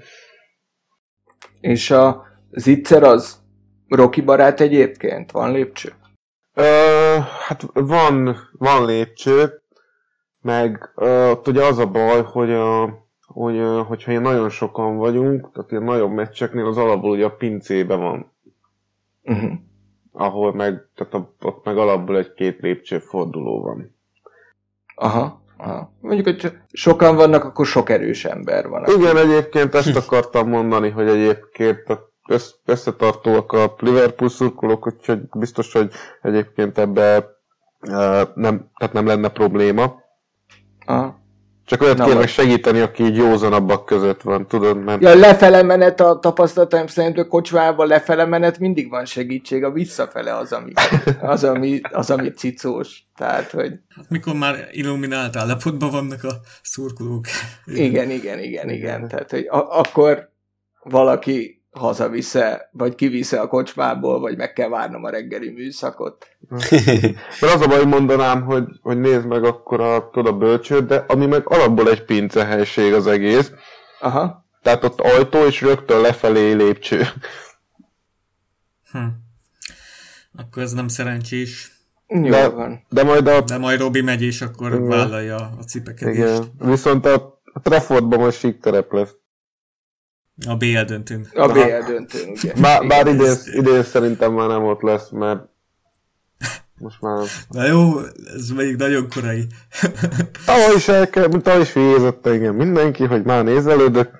És a Itzer az Rocky barát egyébként? Van lépcső? Ö, hát van, van lépcső, meg ö, ott ugye az a baj, hogy, a, hogy ö, hogyha ilyen nagyon sokan vagyunk, tehát ilyen nagyobb meccseknél az alapból ugye a pincébe van. Uh-huh. Ahol meg, tehát a, ott meg alapból egy-két lépcsőforduló van. Aha. Aha. Mondjuk, hogy sokan vannak, akkor sok erős ember van. Aki... Igen, egyébként ezt akartam mondani, hogy egyébként összetartóak a Liverpool szurkolók, úgyhogy biztos, hogy egyébként ebbe nem, tehát nem lenne probléma. Aha. Csak olyat Na, kéne vagy... segíteni, aki így józanabbak között van, tudod? Mert... Ja, lefele menet a tapasztalataim szerint, a kocsmában lefele menet mindig van segítség, a visszafele az, ami, az, ami, az, ami cicós. Tehát, hogy... Hát mikor már illuminált állapotban vannak a szurkolók. Igen, igen, igen, igen. Tehát, hogy a- akkor valaki hazavisze, vagy kivisze a kocsmából, vagy meg kell várnom a reggeli műszakot. Mert az a baj, mondanám, hogy, hogy nézd meg akkor a, tudod, a Bölcsőt, de ami meg alapból egy pincehelység az egész. Aha. Tehát ott ajtó és rögtön lefelé lépcső. Hm. Akkor ez nem szerencsés. Jó De, van. de majd a... De majd Robi megy, és akkor Igen. vállalja a cipekedést. Igen. Viszont a, a Traffordban majd sík terep lesz. A bé el döntőn. A bé el döntőn, ugye. Bár, bár Igen, idén, ezt- idén szerintem már nem ott lesz, mert most már... Na jó, ez még nagyon korai. Tavaly is el kell, tavaly is figyelzett engem mindenki, hogy már nézelődök.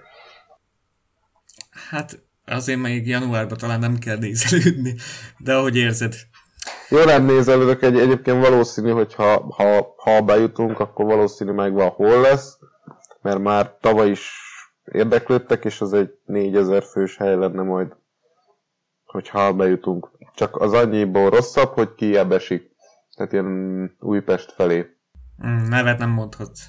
Hát azért még januárban talán nem kell nézelődni, de ahogy érzed. Jó, nem nézelődök, egy, egyébként valószínű, hogy ha, ha, ha bejutunk, akkor valószínű megvan hol lesz, mert már tavaly is érdeklődtek, és az egy négyezer fős hely lenne majd, hogyha bejutunk. Csak az annyiból rosszabb, hogy kijebb esik. Tehát ilyen Újpest felé. Mm, nevet nem mondhatsz.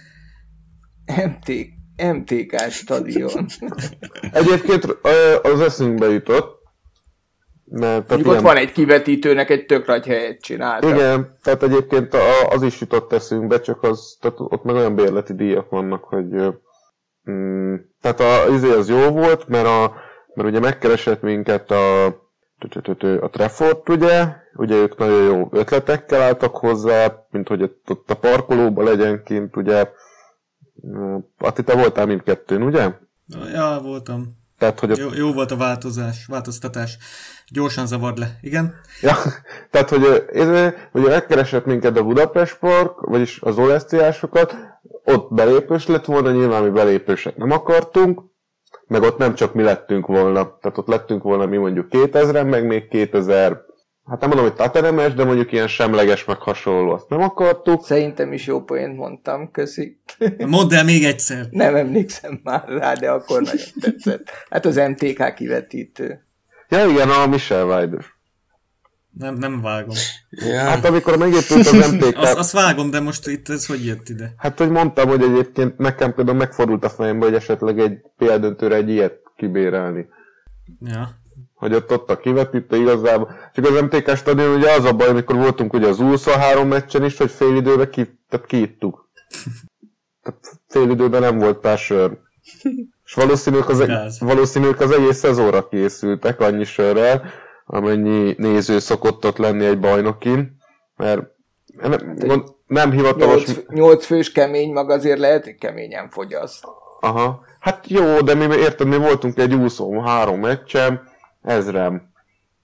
em té, em té ká stadion. Egyébként ö, az eszünkbe jutott, mert tehát Mondjuk ott van egy kivetítőnek egy tök nagy helyet csináltak. igen, tehát egyébként a- az is jutott eszünkbe, csak az, tehát ott meg olyan bérleti díjak vannak, hogy ö, mm, tehát a, izé az jó volt, mert, a, mert ugye megkeresett minket a, a Trafford, ugye, ugye ők nagyon jó ötletekkel álltak hozzá, mint hogy ott, ott a parkolóban legyen kint, ugye, Atti, te voltál mindkettőn, ugye? Ja, voltam. Tehát, hogy ott, Jó, jó volt a változás, változtatás. Gyorsan zavard le, igen? ja, tehát, hogy ez, ugye megkeresett minket a Budapest Park, vagyis az o es cé-ásokat, ott belépős lett volna, nyilván mi belépősek nem akartunk, meg ott nem csak mi lettünk volna, tehát ott lettünk volna mi mondjuk kétezren, meg még kétezer, hát nem mondom, hogy tateremes, de mondjuk ilyen semleges, meg hasonló, azt nem akartuk. Szerintem is jó poént mondtam, köszi. Mondd el még egyszer. Nem emlékszem már rá, de akkor nagyon tetszett. Hát az em té ká kivetítő. Ja igen, a Michel Weider. Nem, nem vágom. Ja. Hát amikor megépült az em té ká... Azt, azt vágom, de most itt ez hogy jött ide? Hát, hogy mondtam, hogy egyébként nekem például megfordult a fejembe, hogy esetleg egy pé el döntőre egy ilyet kibérelni. Ja. Hogy ott, ott a kivetítő igazából. Csak az em té ká stadion ugye az a baj, amikor voltunk ugye az u huszonhárom meccsen is, hogy fél időben ki, tehát kiittuk. Tehát fél időben nem volt pár sör. És valószínűleg az, Gáz. valószínűleg az egész szezonra készültek annyi sörrel, amennyi néző szokott ott lenni egy bajnokin, mert nem, mond- nem hivatalos... Nyolc, nyolc fős kemény mag azért lehet, hogy keményen fogyaszt. Aha. Hát jó, de mi érted, mi voltunk egy huszonhárom meccsen, ezrem.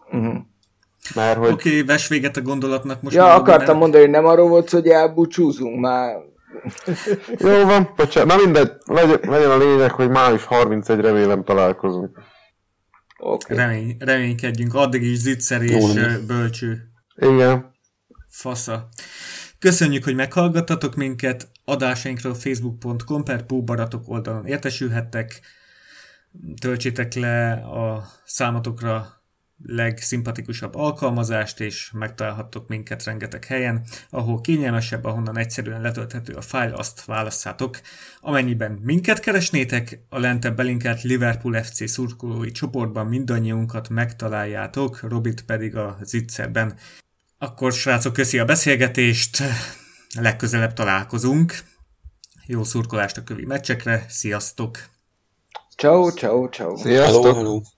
Uh-huh. Mert hogy... Oké, okay, ves véget a gondolatnak most. Ja, akartam nem... mondani, hogy nem arról volt, hogy elbúcsúzunk már. Jó van, bocsánat. Na mindegy, legyen, legyen a lényeg, hogy május harmincegyedikére remélem találkozunk. Okay. Remény, reménykedjünk, addig is zicser és bölcső. Igen. Fasza. Köszönjük, hogy meghallgattatok minket, adásainkról facebook pont com per Póbaratok oldalon értesülhettek, töltsétek le a számotokra legszimpatikusabb alkalmazást, és megtalálhattok minket rengeteg helyen, ahol kényelmesebb, ahonnan egyszerűen letölthető a fájl, azt válasszátok. Amennyiben minket keresnétek, a lentebb belinkelt Liverpool ef cé szurkolói csoportban mindannyiunkat megtaláljátok, Robit pedig a Zitzerben. Akkor srácok, köszi a beszélgetést, legközelebb találkozunk. Jó szurkolást a kövi meccsekre, sziasztok! Ciao, ciao, ciao. Sziasztok! Hello, hello.